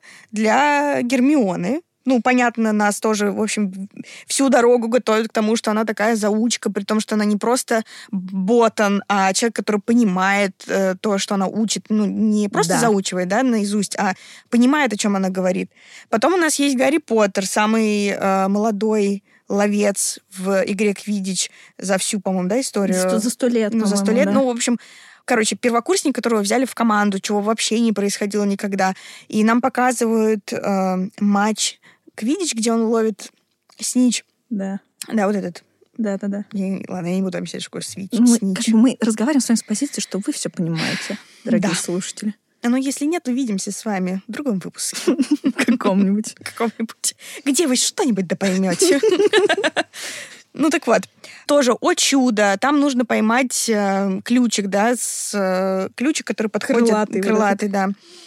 для Гермионы. Ну, понятно, нас тоже, в общем, всю дорогу готовят к тому, что она такая заучка, при том, что она не просто ботан, а человек, который понимает э, то, что она учит. Ну, не просто да. заучивает, да, наизусть, а понимает, о чем она говорит. Потом у нас есть Гарри Поттер, самый э, молодой ловец в игре Квиддич за всю, по-моему, да, историю. Сто, за сто лет, Ну, за сто лет. Да. Ну, в общем... Короче, первокурсник, которого взяли в команду, чего вообще не происходило никогда. И нам показывают э, матч Квиддич, где он ловит снич. Да. Да, вот этот. Да-да-да. Я, ладно, я не буду объяснять, что такое свич, мы, снич. Как бы мы разговариваем с вами с позиции, что вы все понимаете, дорогие да. слушатели. Но если нет, увидимся с вами в другом выпуске. Каком-нибудь. Каком-нибудь. Где вы что-нибудь да поймете. Ну так вот, тоже, о чудо, там нужно поймать э, ключик, да, с, э, ключик, который подходит... Крылатый. Крылатый, да.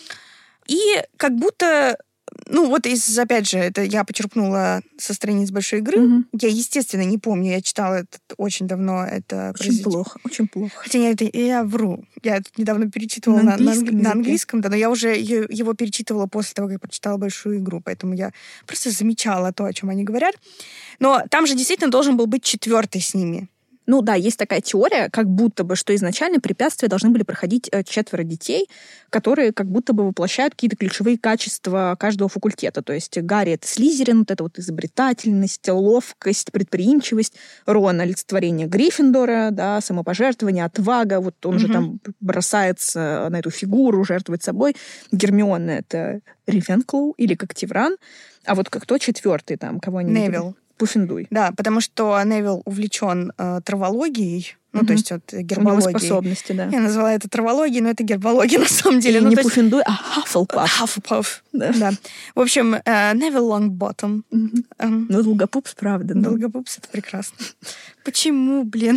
И как будто, ну вот из, опять же, это я почерпнула со страниц большой игры. Угу. Я, естественно, не помню, я читала это очень давно. Это очень произвед... плохо, очень плохо. Хотя я, это, я вру. Я это недавно перечитывала на, на, английском, на английском, да, но я уже его перечитывала после того, как я прочитала большую игру, поэтому я просто замечала то, о чем они говорят. Но там же действительно должен был быть четвертый с ними. Ну да, есть такая теория, как будто бы, что изначально препятствия должны были проходить четверо детей, которые как будто бы воплощают какие-то ключевые качества каждого факультета. То есть Гарри — это Слизерин, вот это вот изобретательность, ловкость, предприимчивость. Рон — олицетворение Гриффиндора, да, самопожертвование, отвага. Вот он угу. же там бросается на эту фигуру, жертвует собой. Гермиона — это Ривенклоу или Когтевран. А вот кто четвертый там? Кого они Невилл. Пуффендуй. Да, потому что Невилл увлечен э, травологией, ну, угу. то есть вот гербологией. У него способности, да. Я назвала это травологией, но это гербология на самом деле. И ну, не есть... Пуффендуй, а Хаффлпаф. Хаффлпаф, да. да. В общем, э, Невилл Лонгботтом. Угу. Um, ну, Долгопупс, правда. Долгопупс — это прекрасно. Почему, блин?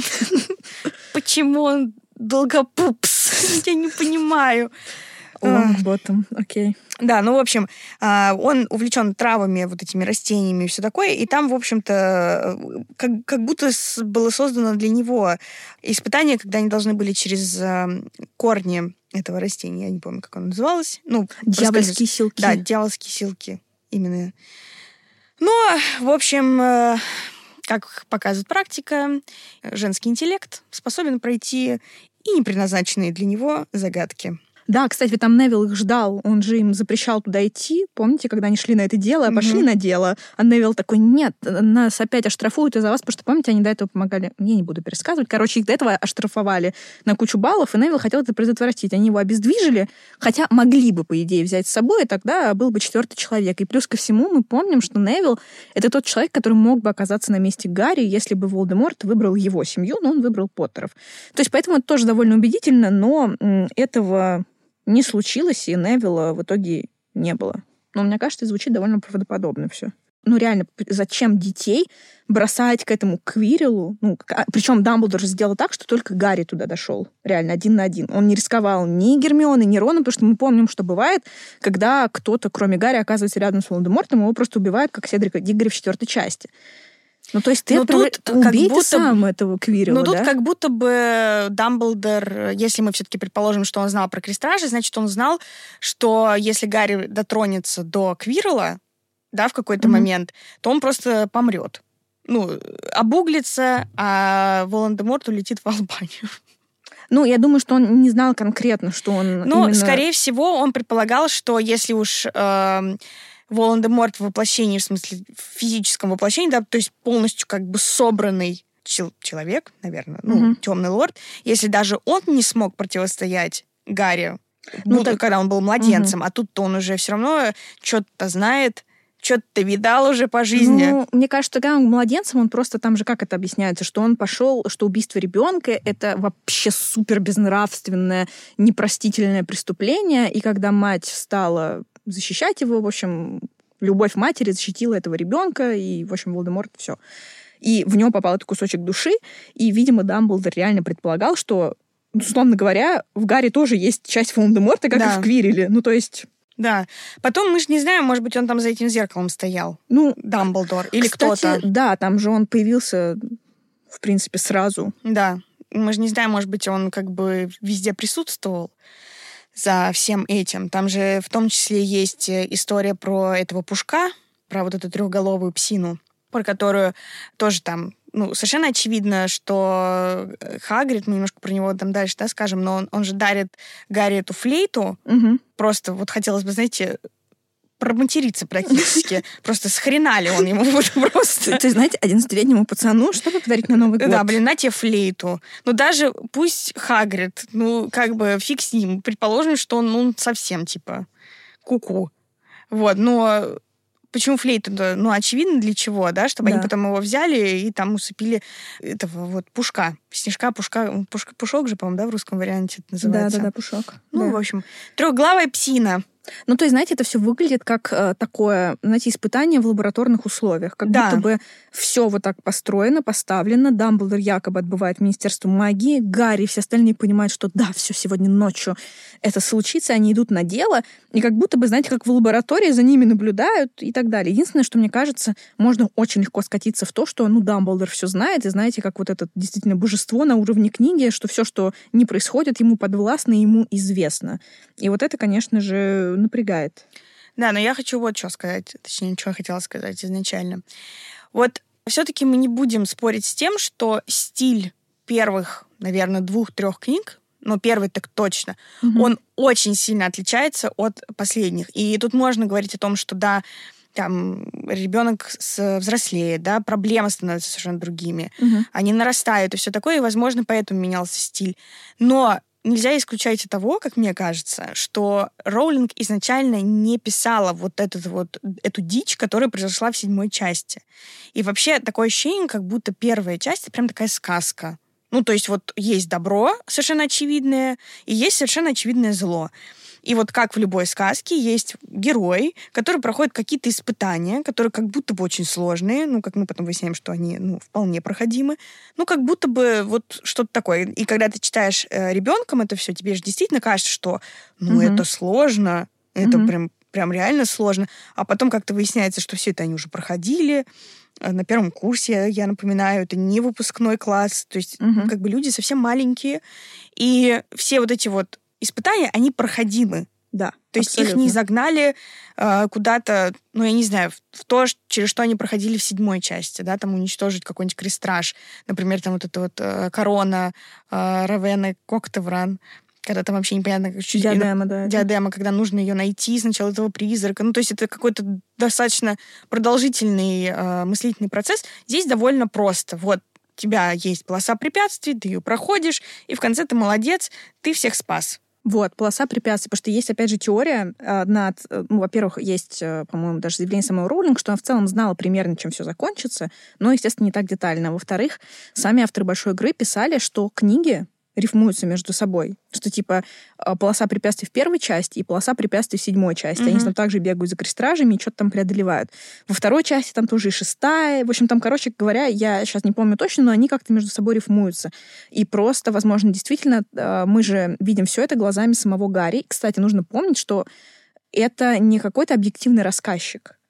Почему он Долгопупс? Я не понимаю. Лонгботом, окей. Да, ну, в общем, он увлечен травами, вот этими растениями и все такое, и там, в общем-то, как, как будто было создано для него испытание, когда они должны были через корни этого растения, я не помню, как оно называлось. Ну, дьявольские силки. Да, дьявольские силки, именно. Ну, в общем, как показывает практика, женский интеллект способен пройти и не предназначенные для него загадки. Да, кстати, там Невилл их ждал, он же им запрещал туда идти. Помните, когда они шли на это дело, пошли mm-hmm. на дело, а Невилл такой: нет, нас опять оштрафуют из-за вас, потому что, помните, они до этого помогали. Я не буду пересказывать. Короче, их до этого оштрафовали на кучу баллов, и Невилл хотел это предотвратить. Они его обездвижили, хотя могли бы, по идее, взять с собой, и тогда был бы четвертый человек. И плюс ко всему мы помним, что Невилл — это тот человек, который мог бы оказаться на месте Гарри, если бы Волдеморт выбрал его семью, но он выбрал Поттеров. То есть поэтому это тоже довольно убедительно, но этого не случилось, и Невилла в итоге не было. Но мне кажется, звучит довольно правдоподобно все. Ну, реально, зачем детей бросать к этому Квирреллу? Ну, причем Дамблдор же сделал так, что только Гарри туда дошел. Реально, один на один. Он не рисковал ни Гермионой, ни Роном, потому что мы помним, что бывает, когда кто-то, кроме Гарри, оказывается рядом с Волдемортом, его просто убивают, как Седрика Диггори в четвертой части. Ну, то есть ты ну, тут убей будто... ты сам этого Квиррелла, Ну, тут да? как будто бы Дамблдор, если мы все-таки предположим, что он знал про крестражи, значит, он знал, что если Гарри дотронется до Квиррелла, да, в какой-то mm-hmm. момент, то он просто помрет. Ну, обуглится, а Волан-де-Морт улетит в Албанию. Ну, я думаю, что он не знал конкретно, что он Ну, именно... скорее всего, он предполагал, что если уж... Э, Волан-де-Морт в воплощении, в смысле, в физическом воплощении, да, то есть полностью как бы собранный чел- человек, наверное, ну, mm-hmm. темный лорд, если даже он не смог противостоять Гарри, ну, так... когда он был младенцем, mm-hmm. а тут-то он уже все равно что-то знает, что-то видал уже по жизни. Ну, мне кажется, когда он младенцем, он просто там же, как это объясняется, что он пошел, что убийство ребенка — это вообще супер безнравственное, непростительное преступление, и когда мать стала защищать его, в общем, любовь матери защитила этого ребенка, и, в общем, Волан-де-Морт все. И в него попал этот кусочек души, и, видимо, Дамблдор реально предполагал, что, условно говоря, в Гарри тоже есть часть Волан-де-Морта, как да. и в Квирреле. Ну, то есть... Да. Потом мы же не знаем, может быть, он там за этим зеркалом стоял. Ну, Дамблдор. Или кстати, кто-то. Да, там же он появился, в принципе, сразу. Да. Мы же не знаем, может быть, он как бы везде присутствовал за всем этим. Там же в том числе есть история про этого Пушка, про вот эту трехголовую псину, про которую тоже там, ну, совершенно очевидно, что Хагрид, мы немножко про него там дальше, да, скажем, но он, он же дарит Гарри эту флейту. Угу. Просто вот хотелось бы, знаете, проматериться практически. Просто схренали он ему вот просто. То есть, знаете, одиннадцатилетнему пацану, чтобы подарить на Новый год? Да, блин, на тебе флейту. Ну, даже пусть Хагрид, ну, как бы фиг с ним. Предположим, что он, ну, совсем, типа, ку-ку. Вот, но почему флейту-то? Ну, очевидно, для чего, да? Чтобы да. они потом его взяли и там усыпили этого вот Пушка. Снежка, Пушка. Пушка, Пушок же, по-моему, да, в русском варианте это называется? Да-да-да, Пушок. Ну, да. в общем, трехглавая псина. Ну, то есть, знаете, это все выглядит как э, такое, знаете, испытание в лабораторных условиях. Как да. будто бы все вот так построено, поставлено. Дамблдор якобы отбывает в Министерство магии. Гарри и все остальные понимают, что да, все, сегодня ночью это случится. Они идут на дело. И как будто бы, знаете, как в лаборатории за ними наблюдают и так далее. Единственное, что, мне кажется, можно очень легко скатиться в то, что, ну, Дамблдор все знает. И знаете, как вот это действительно божество на уровне книги, что все, что не происходит, ему подвластно, ему известно. И вот это, конечно же, напрягает. Да, но я хочу вот что сказать, точнее, что я хотела сказать изначально. Вот все-таки мы не будем спорить с тем, что стиль первых, наверное, двух-трех книг, но первый так точно, угу. он очень сильно отличается от последних. И тут можно говорить о том, что да, там ребенок взрослеет, да, проблемы становятся совершенно другими, угу. они нарастают и все такое, и, возможно, поэтому менялся стиль. Но нельзя исключать и того, как мне кажется, что Роулинг изначально не писала вот, этот вот эту дичь, которая произошла в седьмой части. И вообще такое ощущение, как будто первая часть — это прям такая сказка. Ну, то есть вот есть добро совершенно очевидное, и есть совершенно очевидное зло. И вот как в любой сказке есть герой, который проходит какие-то испытания, которые как будто бы очень сложные, ну, как мы потом выясняем, что они, ну, вполне проходимы, ну, как будто бы вот что-то такое. И когда ты читаешь э, ребенком это все, тебе же действительно кажется, что, ну, mm-hmm. это сложно, это mm-hmm. прям, прям реально сложно. А потом как-то выясняется, что все это они уже проходили, на первом курсе, я напоминаю, это не выпускной класс, то есть mm-hmm. как бы люди совсем маленькие, и все вот эти вот испытания, они проходимы. Да, то есть абсолютно. Их не загнали э, куда-то, ну, я не знаю, в то, через что они проходили в седьмой части, да, там уничтожить какой-нибудь крестраж. Например, там вот эта вот э, корона э, Равенны Коктевран, когда там вообще непонятно... Чуть диадема, да. Диадема, когда нужно ее найти, сначала этого призрака. Ну, то есть это какой-то достаточно продолжительный э, мыслительный процесс. Здесь довольно просто. Вот, у тебя есть полоса препятствий, ты ее проходишь, и в конце ты молодец, ты всех спас. Вот, полоса препятствий, потому что есть, опять же, теория, одна, ну, во-первых, есть, по-моему, даже заявление самого Роулинг, что она в целом знала примерно, чем все закончится, но, естественно, не так детально. Во-вторых, сами авторы «Большой игры» писали, что книги рифмуются между собой. Что, типа, полоса препятствий в первой части и полоса препятствий в седьмой части. Mm-hmm. Они там также бегают за крестражами и что-то там преодолевают. Во второй части там тоже и шестая. В общем, там, короче говоря, я сейчас не помню точно, но они как-то между собой рифмуются. И просто, возможно, действительно, мы же видим все это глазами самого Гарри. Кстати, нужно помнить, что это не какой-то объективный рассказчик,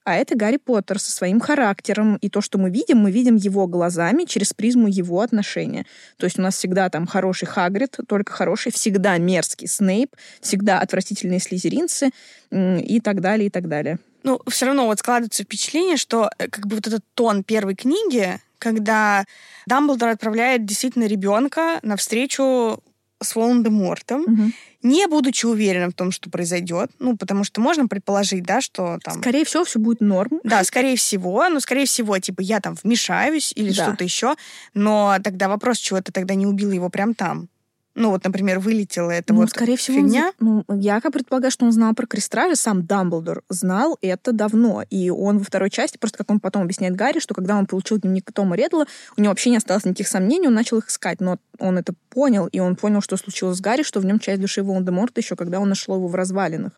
а это Гарри Поттер со своим характером. И то, что мы видим, мы видим его глазами через призму его отношения. То есть у нас всегда там хороший Хагрид, только хороший, всегда мерзкий Снейп, всегда отвратительные слизеринцы и так далее, и так далее. Ну, все равно вот складывается впечатление, что как бы вот этот тон первой книги, когда Дамблдор отправляет действительно ребенка навстречу с Волан-де-Мортом, угу. не будучи уверенным в том, что произойдет, ну, потому что можно предположить, да, что там... Скорее всего, все будет норм. Да, скорее всего, но скорее всего, типа, я там вмешаюсь или да. что-то еще, но тогда вопрос, чего ты тогда не убила его прям там? Ну, вот, например, вылетела эта ну, вот скорее всего, фигня. Он, ну, я как предполагаю, что он знал про Крестража, сам Дамблдор знал это давно. И он во второй части, просто как он потом объясняет Гарри, что когда он получил дневник Тома Реддла, у него вообще не осталось никаких сомнений, он начал их искать. Но он это понял, и он понял, что случилось с Гарри, что в нем часть души Волан-де-Морта еще, когда он нашел его в развалинах.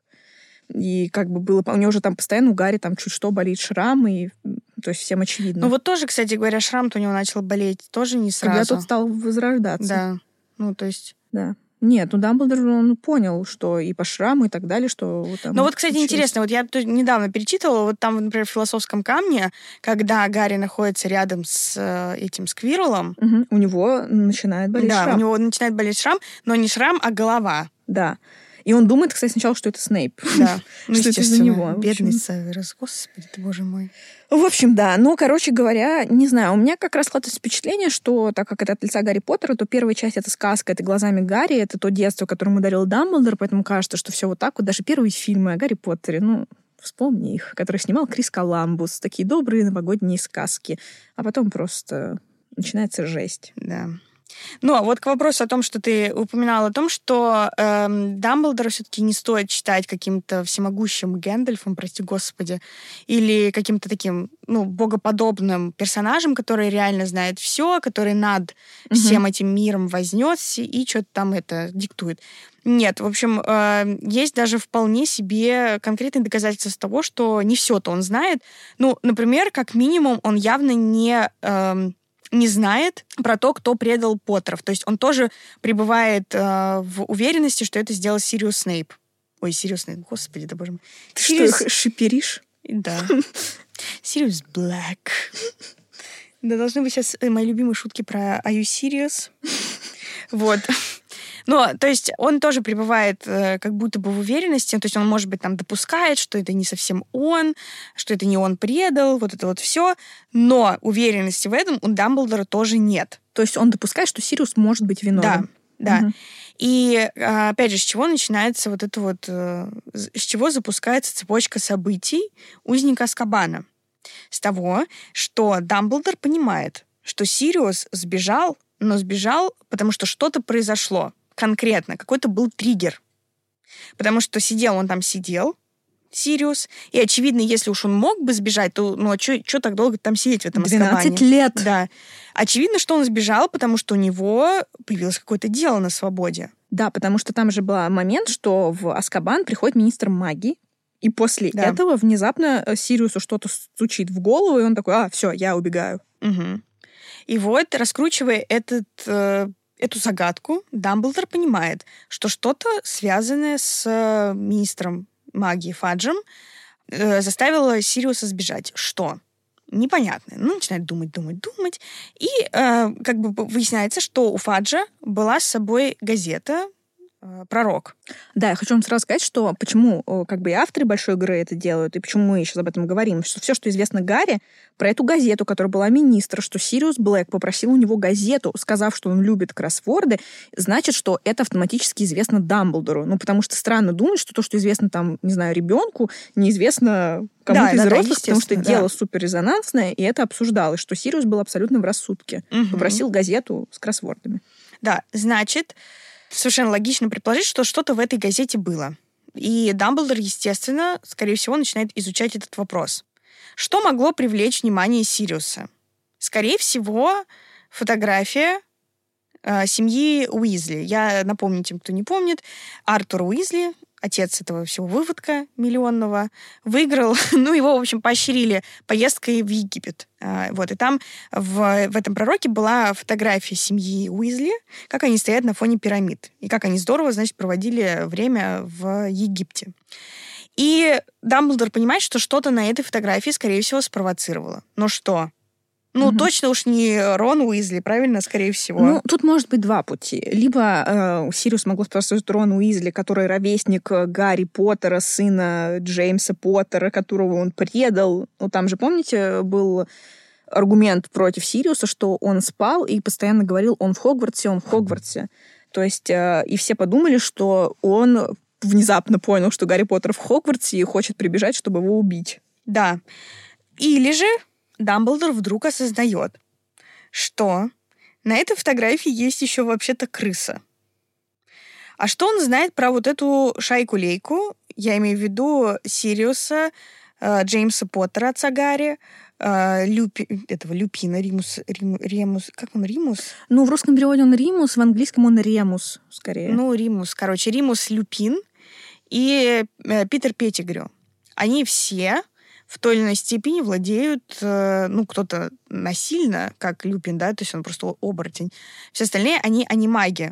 И как бы было... У него же там постоянно у Гарри там чуть что болит шрам, и то есть всем очевидно. Ну вот тоже, кстати говоря, шрам-то у него начал болеть тоже не сразу. Когда тот стал возрождаться. Да. Ну, то есть... Да. Нет, ну Дамблдор, он понял, что и по шраму, и так далее, что... Вот там ну вот, кстати, случилось. интересно, вот я недавно перечитывала, вот там, например, в «Философском камне», когда Гарри находится рядом с э, этим Сквирлом... Угу. У него начинает болеть да, шрам. Да, у него начинает болеть шрам, но не шрам, а голова. Да. И он думает, кстати, сначала, что это Снейп. Да, ну, что это из-за него. Бедный Северус, господи ты, боже мой. В общем, да. Ну, короче говоря, не знаю, у меня как раз складывается впечатление, что, так как это от лица Гарри Поттера, то первая часть — это сказка, это глазами Гарри, это то детство, которым ему дарил Дамблдор, поэтому кажется, что все вот так вот. Даже первые фильмы о Гарри Поттере, ну, вспомни их, которые снимал Крис Коламбус, такие добрые новогодние сказки. А потом просто начинается жесть. Да. Ну, а вот к вопросу о том, что ты упоминала о том, что эм, Дамблдора все-таки не стоит считать каким-то всемогущим Гэндальфом, прости господи, или каким-то таким, ну, богоподобным персонажем, который реально знает все, который над угу. всем этим миром вознесся и что-то там это диктует. Нет, в общем, э, есть даже вполне себе конкретные доказательства того, что не все-то он знает. Ну, например, как минимум, он явно не... Э, не знает про то, кто предал Поттеров. То есть он тоже пребывает э, в уверенности, что это сделал Сириус Снейп. Ой, Сириус Снейп, господи, да боже мой. Ты Сириус... что, их шиперишь? Да. Сириус Блэк. Да, должны быть сейчас мои любимые шутки про Are you serious? Вот. Но, то есть, он тоже пребывает э, как будто бы в уверенности, то есть он, может быть, там допускает, что это не совсем он, что это не он предал, вот это вот все, но уверенности в этом у Дамблдора тоже нет. То есть он допускает, что Сириус может быть виновен. Да, да. Угу. И, опять же, с чего начинается вот это вот, с чего запускается цепочка событий узника Азкабана? С того, что Дамблдор понимает, что Сириус сбежал, но сбежал, потому что что-то произошло. Конкретно, какой-то был триггер. Потому что сидел он там, сидел, Сириус, и, очевидно, если уж он мог бы сбежать, то ну а что так долго там сидеть в этом Азкабане? двенадцать лет! Да. Очевидно, что он сбежал, потому что у него появилось какое-то дело на свободе. Да, потому что там же был момент, что в Азкабан приходит министр магии, и после да. этого внезапно Сириусу что-то стучит в голову, и он такой, а, все, я убегаю. Угу. И вот, раскручивая этот... Э, эту загадку, Дамблдор понимает, что что-то, связанное с министром магии Фаджем, э, заставило Сириуса сбежать. Что? Непонятно. Ну, начинает думать, думать, думать. И э, как бы выясняется, что у Фаджа была с собой газета э, «Пророк». Да, я хочу вам сразу сказать, что почему как бы и авторы большой игры это делают, и почему мы сейчас об этом говорим, что все, что известно Гарри, про эту газету, которая была министр, что Сириус Блэк попросил у него газету, сказав, что он любит кроссворды, значит, что это автоматически известно Дамблдору. Ну, потому что странно думать, что то, что известно там, не знаю, ребенку, неизвестно кому-то да, из да, взрослых, да, потому что да. дело суперрезонансное, и это обсуждалось, что Сириус был абсолютно в рассудке. Угу. Попросил газету с кроссвордами. Да, значит, совершенно логично предположить, что что-то в этой газете было. И Дамблдор, естественно, скорее всего, начинает изучать этот вопрос. Что могло привлечь внимание Сириуса? Скорее всего, фотография э, семьи Уизли. Я напомню тем, кто не помнит, Артур Уизли, отец этого всего выводка миллионного, выиграл, ну, его, в общем, поощрили поездкой в Египет. Вот, и там в, в этом пророке была фотография семьи Уизли, как они стоят на фоне пирамид, и как они здорово, значит, проводили время в Египте. И Дамблдор понимает, что что-то на этой фотографии, скорее всего, спровоцировало. Но что? Ну, mm-hmm. точно уж не Рон Уизли, правильно, скорее всего. Ну, тут может быть два пути. Либо э, Сириус могло спрашивать Рон Уизли, который ровесник Гарри Поттера, сына Джеймса Поттера, которого он предал. Ну, там же, помните, был аргумент против Сириуса, что он спал и постоянно говорил, он в Хогвартсе, он в Хогвартсе. То есть, э, и все подумали, что он внезапно понял, что Гарри Поттер в Хогвартсе и хочет прибежать, чтобы его убить. Да. Или же Дамблдор вдруг осознает, что на этой фотографии есть еще вообще-то крыса. А что он знает про вот эту шайку-лейку? Я имею в виду Сириуса, э, Джеймса Поттера, отца Гарри, э, Люпи, этого Люпина, Римус, Рим, Ремус, как он, Римус? Ну, в русском переводе он Римус, в английском он Ремус, скорее. Ну, Римус, короче, Римус Люпин и э, Питер Петтигрю. Они все в той или иной степени владеют, э, ну, кто-то насильно, как Люпин, да, то есть он просто оборотень. Все остальные, они анимаги.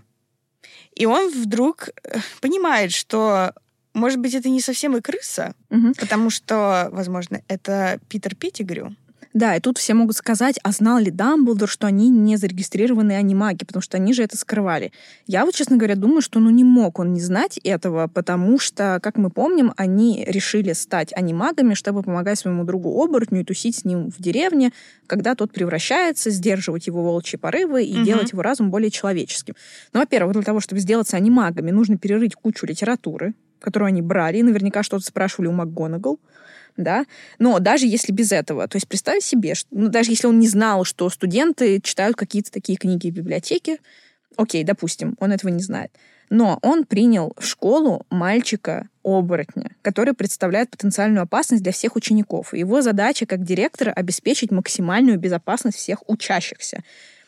И он вдруг понимает, что, может быть, это не совсем и крыса, угу. потому что, возможно, это Питер Петтигрю. Да, и тут все могут сказать, а знал ли Дамблдор, что они не зарегистрированные анимаги, потому что они же это скрывали. Я вот, честно говоря, думаю, что ну не мог он не знать этого, потому что, как мы помним, они решили стать анимагами, чтобы помогать своему другу-оборотню и тусить с ним в деревне, когда тот превращается, сдерживать его волчьи порывы и угу. делать его разум более человеческим. Ну, во-первых, для того, чтобы сделаться анимагами, нужно перерыть кучу литературы, которую они брали, и наверняка что-то спрашивали у МакГонагал. Да? Но даже если без этого, то есть представь себе, что, ну, даже если он не знал, что студенты читают какие-то такие книги в библиотеке, окей, допустим, он этого не знает, но он принял в школу мальчика-оборотня, который представляет потенциальную опасность для всех учеников. И его задача как директора обеспечить максимальную безопасность всех учащихся.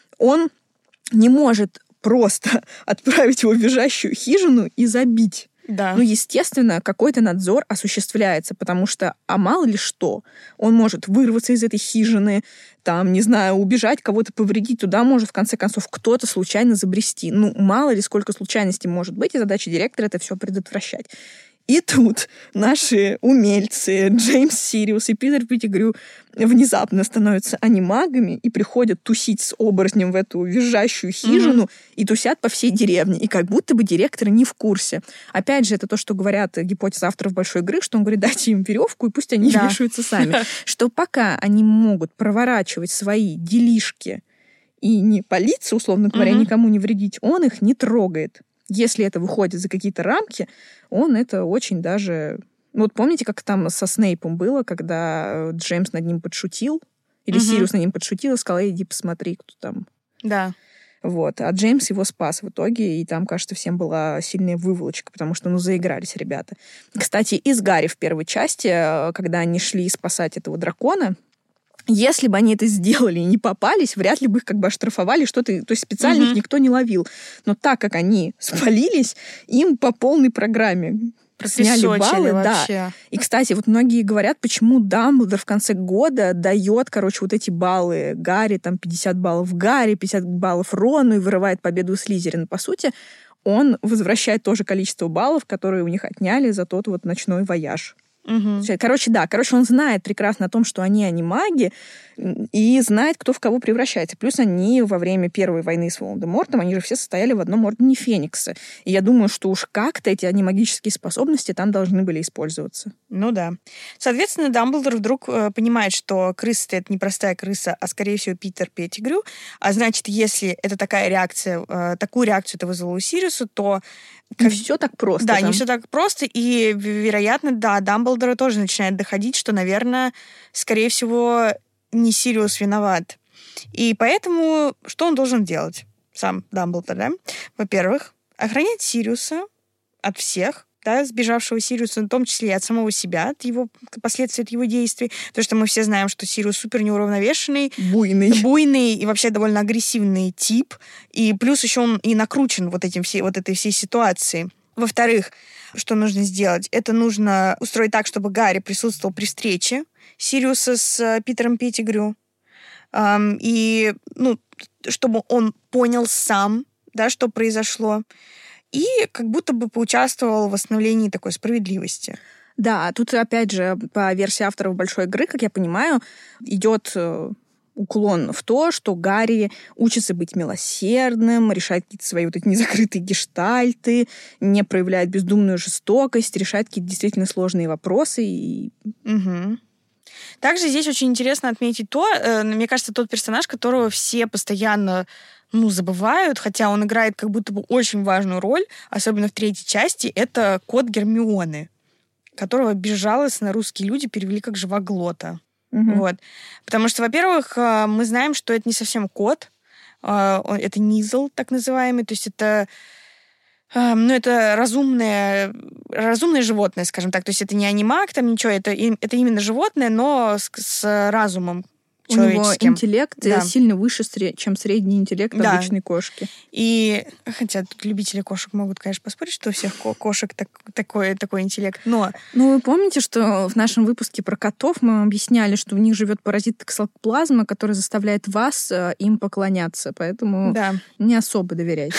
Он не может просто отправить его в визжащую хижину и забить. Да. Ну, естественно, какой-то надзор осуществляется, потому что, а мало ли что, он может вырваться из этой хижины, там, не знаю, убежать, кого-то повредить, туда может, в конце концов, кто-то случайно забрести. Ну, мало ли сколько случайностей может быть, и задача директора — это все предотвращать. И тут наши умельцы Джеймс Сириус и Питер Петтигрю внезапно становятся анимагами и приходят тусить с оборотнем в эту визжащую хижину mm-hmm. и тусят по всей деревне. И как будто бы директор не в курсе. Опять же, это то, что говорят гипотезы авторов «Большой игры», что он говорит, дайте им веревку, и пусть они да. вешаются сами. Что пока они могут проворачивать свои делишки и не палиться, условно говоря, mm-hmm. никому не вредить, он их не трогает. Если это выходит за какие-то рамки, он это очень даже... Вот помните, как там со Снейпом было, когда Джеймс над ним подшутил? Или угу. Сириус над ним подшутил и сказал, иди посмотри, кто там. Да. Вот. А Джеймс его спас в итоге, и там, кажется, всем была сильная выволочка, потому что, ну, заигрались ребята. Кстати, из Гарри в первой части, когда они шли спасать этого дракона, если бы они это сделали и не попались, вряд ли бы их как бы оштрафовали, что-то, то есть специально mm-hmm. их никто не ловил. Но так как они спалились, им по полной программе сняли баллы. Вообще. Да. И, кстати, вот многие говорят, почему Дамблдор в конце года дает, короче, вот эти баллы Гарри, там пятьдесят баллов Гарри, пятьдесят баллов Рону и вырывает победу у Слизерина. По сути, он возвращает то же количество баллов, которые у них отняли за тот вот ночной вояж. Угу. Короче, да, короче, он знает прекрасно о том, что они анимаги, и знает, кто в кого превращается. Плюс они во время первой войны с Волан-де-Мортом, они же все состояли в одном ордене Феникса. И я думаю, что уж как-то эти анимагические способности там должны были использоваться. Ну да. Соответственно, Дамблдор вдруг э, понимает, что крыса-то это не простая крыса, а, скорее всего, Питер Петтигрю. А значит, если это такая реакция, э, такую реакцию это вызвало у Сириуса, то... Не как... все так просто. Да, там. не все так просто. И, вероятно, да, Дамблдора тоже начинает доходить, что, наверное, скорее всего, не Сириус виноват. И поэтому что он должен делать? Сам Дамблдор, да? Во-первых, охранять Сириуса от всех, да, сбежавшего Сириуса, в том числе и от самого себя, от его последствий, от его действий. Потому что мы все знаем, что Сириус супер неуравновешенный, буйный, буйный и вообще довольно агрессивный тип. И плюс еще он и накручен вот, этим всей, вот этой всей ситуацией. Во-вторых, что нужно сделать? Это нужно устроить так, чтобы Гарри присутствовал при встрече Сириуса с Питером Петтигрю. Эм, и, ну, чтобы он понял сам, да, что произошло. И как будто бы поучаствовал в восстановлении такой справедливости. Да, тут, опять же, по версии авторов большой игры, как я понимаю, идет уклон в то, что Гарри учится быть милосердным, решает какие-то свои вот эти незакрытые гештальты, не проявляет бездумную жестокость, решает какие-то действительно сложные вопросы. И... Угу. Также здесь очень интересно отметить то, э, мне кажется, тот персонаж, которого все постоянно ну, забывают, хотя он играет как будто бы очень важную роль, особенно в третьей части, это кот Гермионы, которого безжалостно русские люди перевели как живоглота. Угу. Вот. Потому что, во-первых, мы знаем, что это не совсем кот, это низл, так называемый, то есть это, ну, это разумное, разумное животное, скажем так, то есть это не анимак, там ничего, это, это именно животное, но с, с разумом. У него интеллект да. сильно выше, чем средний интеллект да. обычной кошки. И, хотя тут любители кошек могут, конечно, поспорить, что у всех кошек так, такой, такой интеллект, но... Ну, вы помните, что в нашем выпуске про котов мы объясняли, что в них живет паразит токсоплазма, который заставляет вас им поклоняться, поэтому да. не особо доверяйте.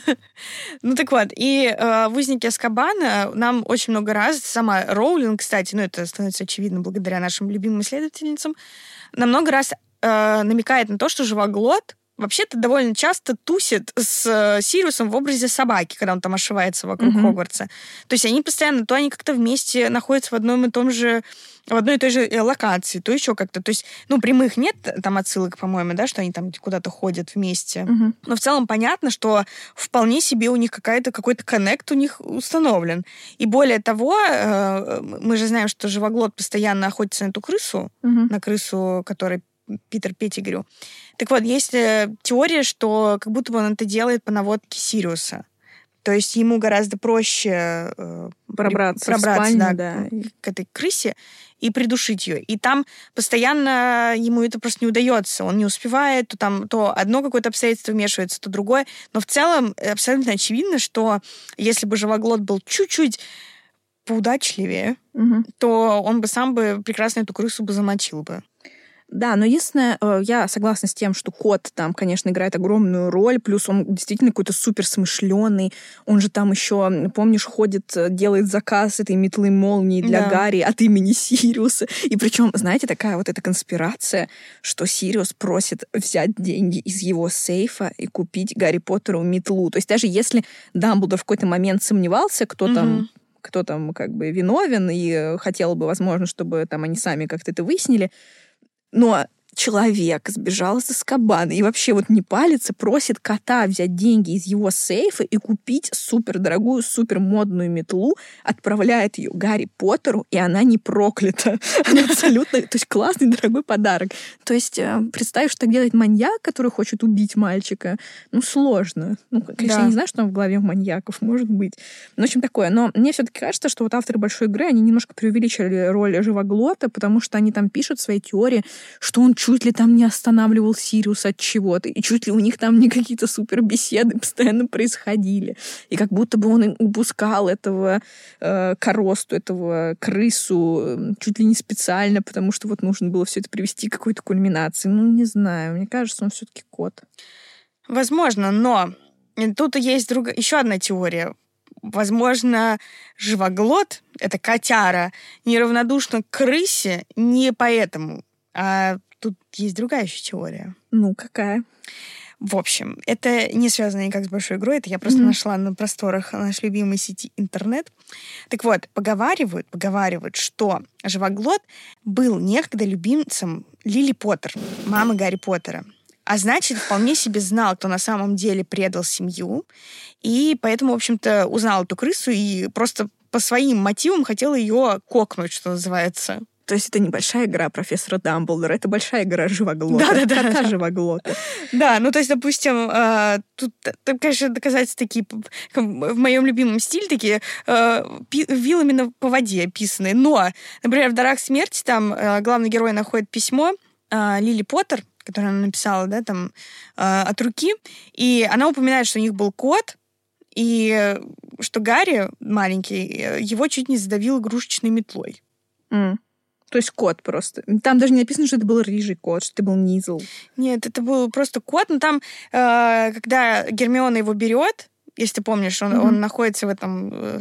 Ну, так вот, и в «Узнике Азкабана» нам очень много раз, сама Роулинг, кстати, ну, это становится очевидно благодаря нашим любимым исследовательницам, нам много раз э, намекает на то, что живоглот вообще-то довольно часто тусит с э, Сириусом в образе собаки, когда он там ошивается вокруг mm-hmm. Хогвартса. То есть они постоянно, то они как-то вместе находятся в одном и том же, в одной и той же локации, то еще как-то. То есть, ну, прямых нет там отсылок, по-моему, да, что они там куда-то ходят вместе. Mm-hmm. Но в целом понятно, что вполне себе у них какая-то, какой-то коннект у них установлен. И более того, э, мы же знаем, что живоглот постоянно охотится на эту крысу, mm-hmm. на крысу, которая Питер Петтигрю. Так вот, есть теория, что как будто бы он это делает по наводке Сириуса. То есть ему гораздо проще э, пробраться, пробраться в спальню, да, да. к этой крысе и придушить ее. И там постоянно ему это просто не удается. Он не успевает, то, там, то одно какое-то обстоятельство вмешивается, то другое. Но в целом абсолютно очевидно, что если бы живоглот был чуть-чуть поудачливее, угу. то он бы сам бы прекрасно эту крысу бы замочил бы. Да, но единственное, я согласна с тем, что кот там, конечно, играет огромную роль, плюс он действительно какой-то супер смышленый, он же там еще, помнишь, ходит, делает заказ этой метлы молнии для да. Гарри от имени Сириуса. И причем, знаете, такая вот эта конспирация, что Сириус просит взять деньги из его сейфа и купить Гарри Поттеру метлу. То есть даже если Дамблдор в какой-то момент сомневался, кто mm-hmm. там кто там как бы виновен, и хотел бы, возможно, чтобы там они сами как-то это выяснили, но человек сбежал из Азкабана и вообще вот не палится, просит кота взять деньги из его сейфа и купить супердорогую, супермодную метлу, отправляет ее Гарри Поттеру, и она не проклята. Она абсолютно... То есть классный, дорогой подарок. То есть представь, что так делает маньяк, который хочет убить мальчика. Ну, сложно. Ну, конечно, да. я не знаю, что там в голове у маньяков может быть. Ну, в общем, такое. Но мне все-таки кажется, что вот авторы большой игры, они немножко преувеличили роль живоглота, потому что они там пишут свои теории, что он чуть ли там не останавливал Сириуса от чего-то, и чуть ли у них там не какие-то супер беседы постоянно происходили. И как будто бы он упускал этого э, коросту, этого крысу чуть ли не специально, потому что вот нужно было все это привести к какой-то кульминации. Ну, не знаю, мне кажется, он все-таки кот. Возможно, но тут есть друг... еще одна теория. Возможно, живоглот, это котяра, неравнодушна к крысе не поэтому, а тут есть другая еще теория. Ну, какая? В общем, это не связано никак с большой игрой, это я просто mm-hmm. нашла на просторах нашей любимой сети интернет. Так вот, поговаривают, поговаривают, что живоглот был некогда любимцем Лили Поттер, мамы Гарри Поттера. А значит, вполне себе знал, кто на самом деле предал семью, и поэтому, в общем-то, узнал эту крысу и просто по своим мотивам хотел ее кокнуть, что называется. То есть это небольшая игра профессора Дамблдора, это большая игра живоглота. Да-да-да. Кота живоглота. Да, ну то есть, допустим, э, тут, там, конечно, доказательства такие, в моем любимом стиле, такие э, пи- вилами по воде описанные. Но, например, в «Дарах смерти» там э, главный герой находит письмо э, Лили Поттер, которое она написала, да, там, э, от руки, и она упоминает, что у них был кот, и что Гарри, маленький, его чуть не задавил игрушечной метлой. Mm. То есть кот просто. Там даже не написано, что это был рыжий кот, что это был Низл. Нет, это был просто кот. Но там, э, когда Гермиона его берет, если ты помнишь, он, mm-hmm. он находится в этом... Э,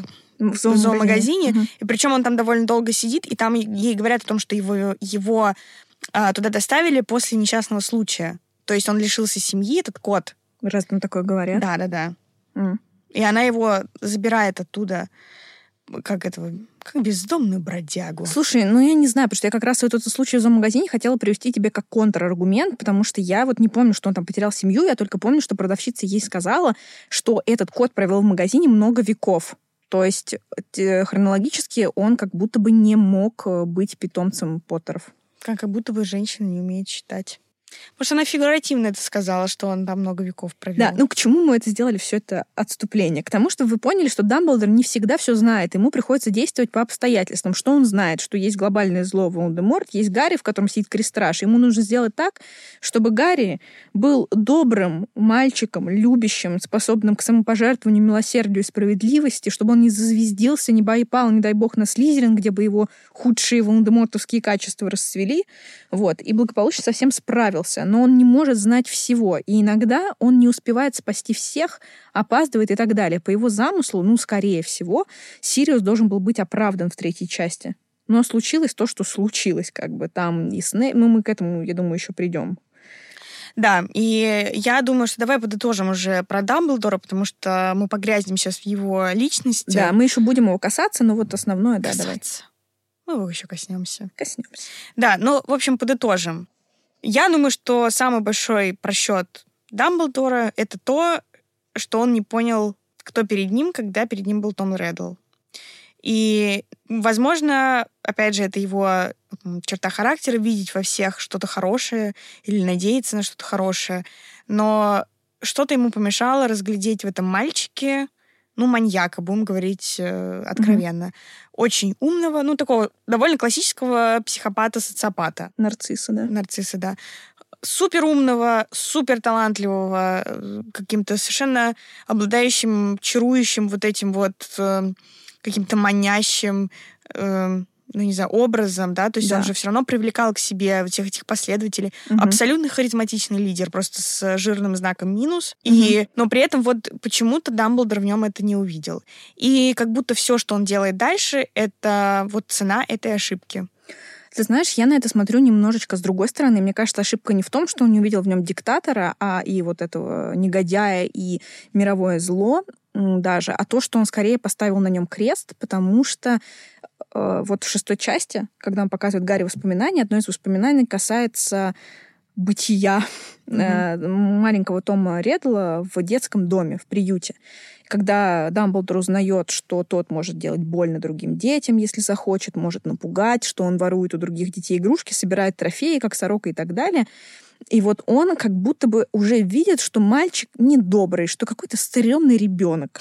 в зоомагазине, в зоомагазине угу. и причем он там довольно долго сидит, и там ей говорят о том, что его, его а, туда доставили после несчастного случая. То есть он лишился семьи, этот кот. Раз там такое говорят? Да-да-да. Mm. И она его забирает оттуда, как этого, как бездомную бродягу. Слушай, ну я не знаю, потому что я как раз вот этот случай в зоомагазине хотела привести тебе как контраргумент, потому что я вот не помню, что он там потерял семью, я только помню, что продавщица ей сказала, что этот кот провел в магазине много веков. То есть хронологически он как будто бы не мог быть питомцем Поттеров. Как будто бы женщина не умеет читать. Потому что она фигуративно это сказала, что он там много веков провел. Да, ну к чему мы это сделали, все это отступление? К тому, что вы поняли, что Дамблдор не всегда все знает. Ему приходится действовать по обстоятельствам. Что он знает? Что есть глобальное зло Волан-де-Морт, есть Гарри, в котором сидит Крестраж. Ему нужно сделать так, чтобы Гарри был добрым мальчиком, любящим, способным к самопожертвованию, милосердию и справедливости, чтобы он не зазвездился, не боепал, не дай бог, на Слизерин, где бы его худшие волан-де-мортовские качества расцвели. Вот. И благополучно совсем справился. Но он не может знать всего. И иногда он не успевает спасти всех, опаздывает и так далее. По его замыслу, ну, скорее всего, Сириус должен был быть оправдан в третьей части. Но случилось то, что случилось, как бы там и Снейп. Ну, мы к этому, я думаю, еще придем. Да, и я думаю, что давай подытожим уже про Дамблдора, потому что мы погрязнем сейчас в его личности. Да, мы еще будем его касаться, но вот основное, да, касаться. Давай. Мы его еще коснемся. Коснемся. Да, ну, в общем, подытожим. Я думаю, что самый большой просчет Дамблдора — это то, что он не понял, кто перед ним, когда перед ним был Том Реддл. И, возможно, опять же, это его черта характера — видеть во всех что-то хорошее или надеяться на что-то хорошее. Но что-то ему помешало разглядеть в этом мальчике, ну, маньяка, будем говорить э, откровенно. Mm-hmm. Очень умного, ну, такого довольно классического психопата-социопата. Нарцисса, да. Нарцисса, да. Супер умного, супер талантливого, каким-то совершенно обладающим, чарующим вот этим вот э, каким-то манящим, э, ну, не знаю, образом, да, то есть да. он же все равно привлекал к себе всех этих последователей. Угу. Абсолютно харизматичный лидер, просто с жирным знаком минус. Угу. И, но при этом вот почему-то Дамблдор в нем это не увидел. И как будто все, что он делает дальше, это вот цена этой ошибки. Ты знаешь, я на это смотрю немножечко с другой стороны. Мне кажется, ошибка не в том, что он не увидел в нем диктатора, а и вот этого негодяя, и мировое зло даже, а то, что он скорее поставил на нем крест, потому что э, вот в шестой части, когда он показывает Гарри воспоминания, одно из воспоминаний касается бытия mm-hmm. э, маленького Тома Реддла в детском доме, в приюте. Когда Дамблдор узнает, что тот может делать больно другим детям, если захочет, может напугать, что он ворует у других детей игрушки, собирает трофеи, как сорока и так далее. И вот он как будто бы уже видит, что мальчик недобрый, что какой-то стрёмный ребенок.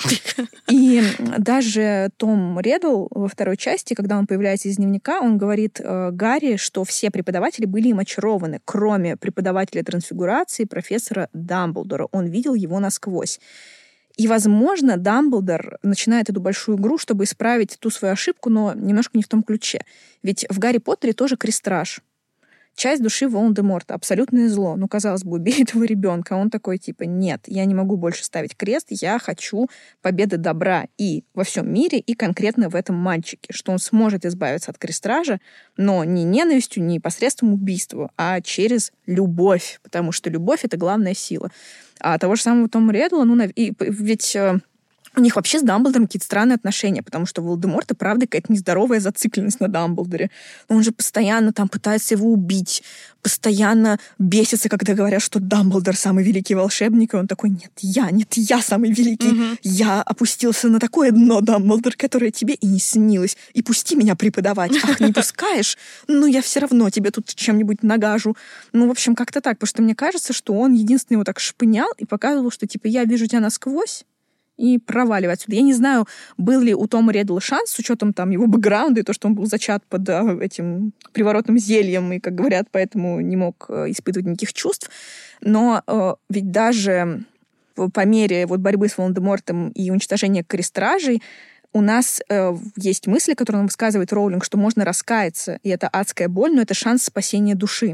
И даже Том Реддл во второй части, когда он появляется из дневника, он говорит э, Гарри, что все преподаватели были им очарованы, кроме преподавателя трансфигурации, профессора Дамблдора. Он видел его насквозь. И, возможно, Дамблдор начинает эту большую игру, чтобы исправить ту свою ошибку, но немножко не в том ключе. Ведь в Гарри Поттере тоже Крестраж. Часть души Волан-де-Морта, абсолютное зло. Ну, казалось бы, убей этого ребенка. А он такой, типа, нет, я не могу больше ставить крест, я хочу победы добра и во всем мире, и конкретно в этом мальчике, что он сможет избавиться от Крестража, но не ненавистью, не посредством убийства, а через любовь, потому что любовь — это главная сила. А того же самого Тома Реддла, ну, и ведь... У них вообще с Дамблдором какие-то странные отношения, потому что Волан-де-Морт и правда какая-то нездоровая зацикленность на Дамблдоре. Он же постоянно там пытается его убить, постоянно бесится, когда говорят, что Дамблдор самый великий волшебник, и он такой, нет, я, нет, я самый великий. Mm-hmm. Я опустился на такое дно, Дамблдор, которое тебе и не снилось. И пусти меня преподавать. Ах, не пускаешь? Ну, я все равно тебе тут чем-нибудь нагажу. Ну, в общем, как-то так, потому что мне кажется, что он единственный его так шпынял и показывал, что, типа, я вижу тебя насквозь, и проваливать отсюда. Я не знаю, был ли у Тома Реддла шанс с учетом там его бэкграунда и то, что он был зачат под а, этим приворотным зельем и, как говорят, поэтому не мог а, испытывать никаких чувств. Но а, ведь даже по мере вот, борьбы с Волан-де-Мортом и уничтожения Крестражей у нас э, есть мысли, которые нам высказывает Роулинг, что можно раскаяться, и это адская боль, но это шанс спасения души.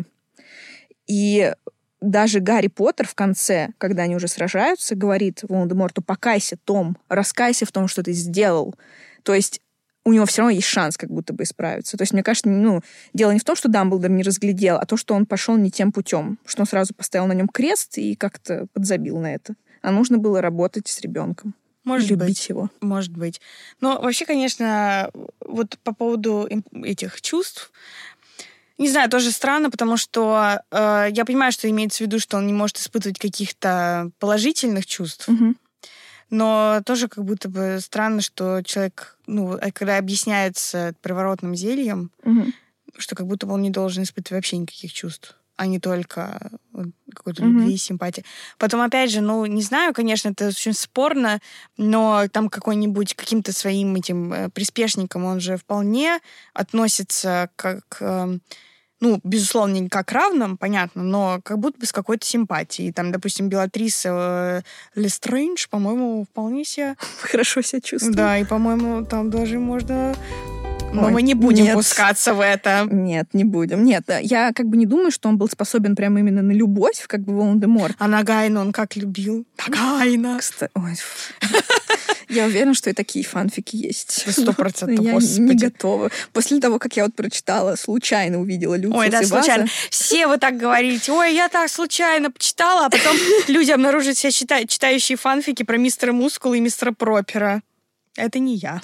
И даже Гарри Поттер в конце, когда они уже сражаются, говорит Волан-де-Морту: покайся, Том, раскайся в том, что ты сделал. То есть у него все равно есть шанс как будто бы исправиться. То есть, мне кажется, ну, дело не в том, что Дамблдор не разглядел, а то, что он пошел не тем путем, что он сразу поставил на нем крест и как-то подзабил на это. А нужно было работать с ребенком. Может любить быть. его. Может быть. Но вообще, конечно, вот по поводу этих чувств, не знаю, тоже странно, потому что э, я понимаю, что имеется в виду, что он не может испытывать каких-то положительных чувств. Угу. Но тоже как будто бы странно, что человек, ну, когда объясняется приворотным зельем, угу. что как будто бы он не должен испытывать вообще никаких чувств, а не только какой-то угу. любви и симпатии. Потом, опять же, ну, не знаю, конечно, это очень спорно, но там какой-нибудь каким-то своим этим приспешникам он же вполне относится как... Ну, безусловно, не как равным, понятно, но как будто бы с какой-то симпатией. Там, допустим, Белатриса Лестрейндж, по-моему, вполне себе... Хорошо себя чувствует. Да, и, по-моему, там даже можно... Но Ой, мы не будем нет. пускаться в это. Нет, не будем. Нет, я как бы не думаю, что он был способен прямо именно на любовь, как бы Волан-де-Морт. А Нагайна он как любил? Нагайна! Кстати, ой, я уверена, что и такие фанфики есть. Сто процентов, Я господи. не готова. После того, как я вот прочитала, случайно увидела Люциуса Ой, да, и случайно. Ваза. Все вы так говорите. Ой, я так случайно почитала, а потом люди обнаружат себя чита- читающие фанфики про мистера Мускула и мистера Пропера. Это не я.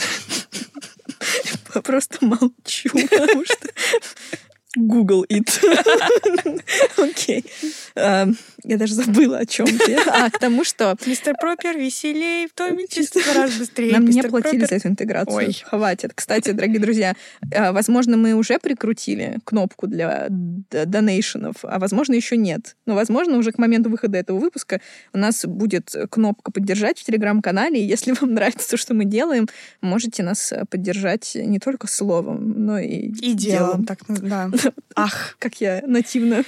Я просто молчу, потому что... Google it. Окей. Я даже забыла, о чем ты. А, к тому, что... Мистер Пропер веселей, в том числе раз быстрее. Нам не Мистер платили Пропер. за эту интеграцию. Ой. Хватит. Кстати, дорогие друзья, возможно, мы уже прикрутили кнопку для донейшенов, а возможно, еще нет. Но, возможно, уже к моменту выхода этого выпуска у нас будет кнопка «Поддержать» в Телеграм-канале. И если вам нравится то, что мы делаем, можете нас поддержать не только словом, но и, И делом. Так, ну, да. Ах. Как я нативно...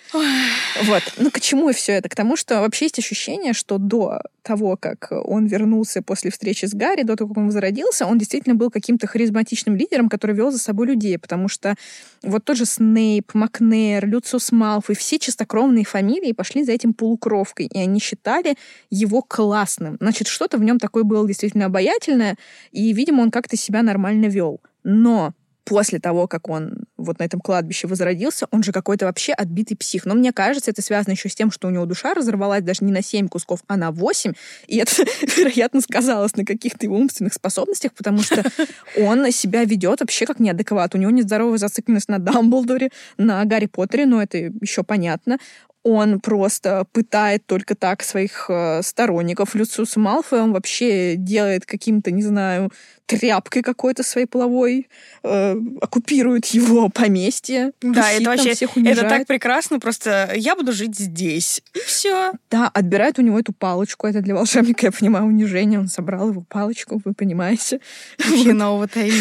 Вот. Ну, к чему все это? К тому, что вообще есть ощущение, что до того, как он вернулся после встречи с Гарри, до того, как он возродился, он действительно был каким-то харизматичным лидером, который вел за собой людей, потому что вот тот же Снейп, Макнейр, Люциус Малфой, все чистокровные фамилии пошли за этим полукровкой, и они считали его классным. Значит, что-то в нем такое было действительно обаятельное, и, видимо, он как-то себя нормально вел. Но после того, как он вот на этом кладбище возродился, он же какой-то вообще отбитый псих. Но мне кажется, это связано еще с тем, что у него душа разорвалась даже не на семь кусков, а на восемь. И это, вероятно, сказалось на каких-то его умственных способностях, потому что он себя ведет вообще как неадекват. У него нездоровая зацикленность на Дамблдоре, на Гарри Поттере, но это еще понятно. Он просто пытает только так своих э, сторонников. Люциус Малфой он вообще делает каким-то, не знаю, тряпкой какой-то своей половой, э, оккупирует его поместье. Да, это вообще всех унижает. Это так прекрасно, просто я буду жить здесь. И все. Да, отбирает у него эту палочку. Это для волшебника, я понимаю, унижение. Он собрал его палочку, вы понимаете. You know what I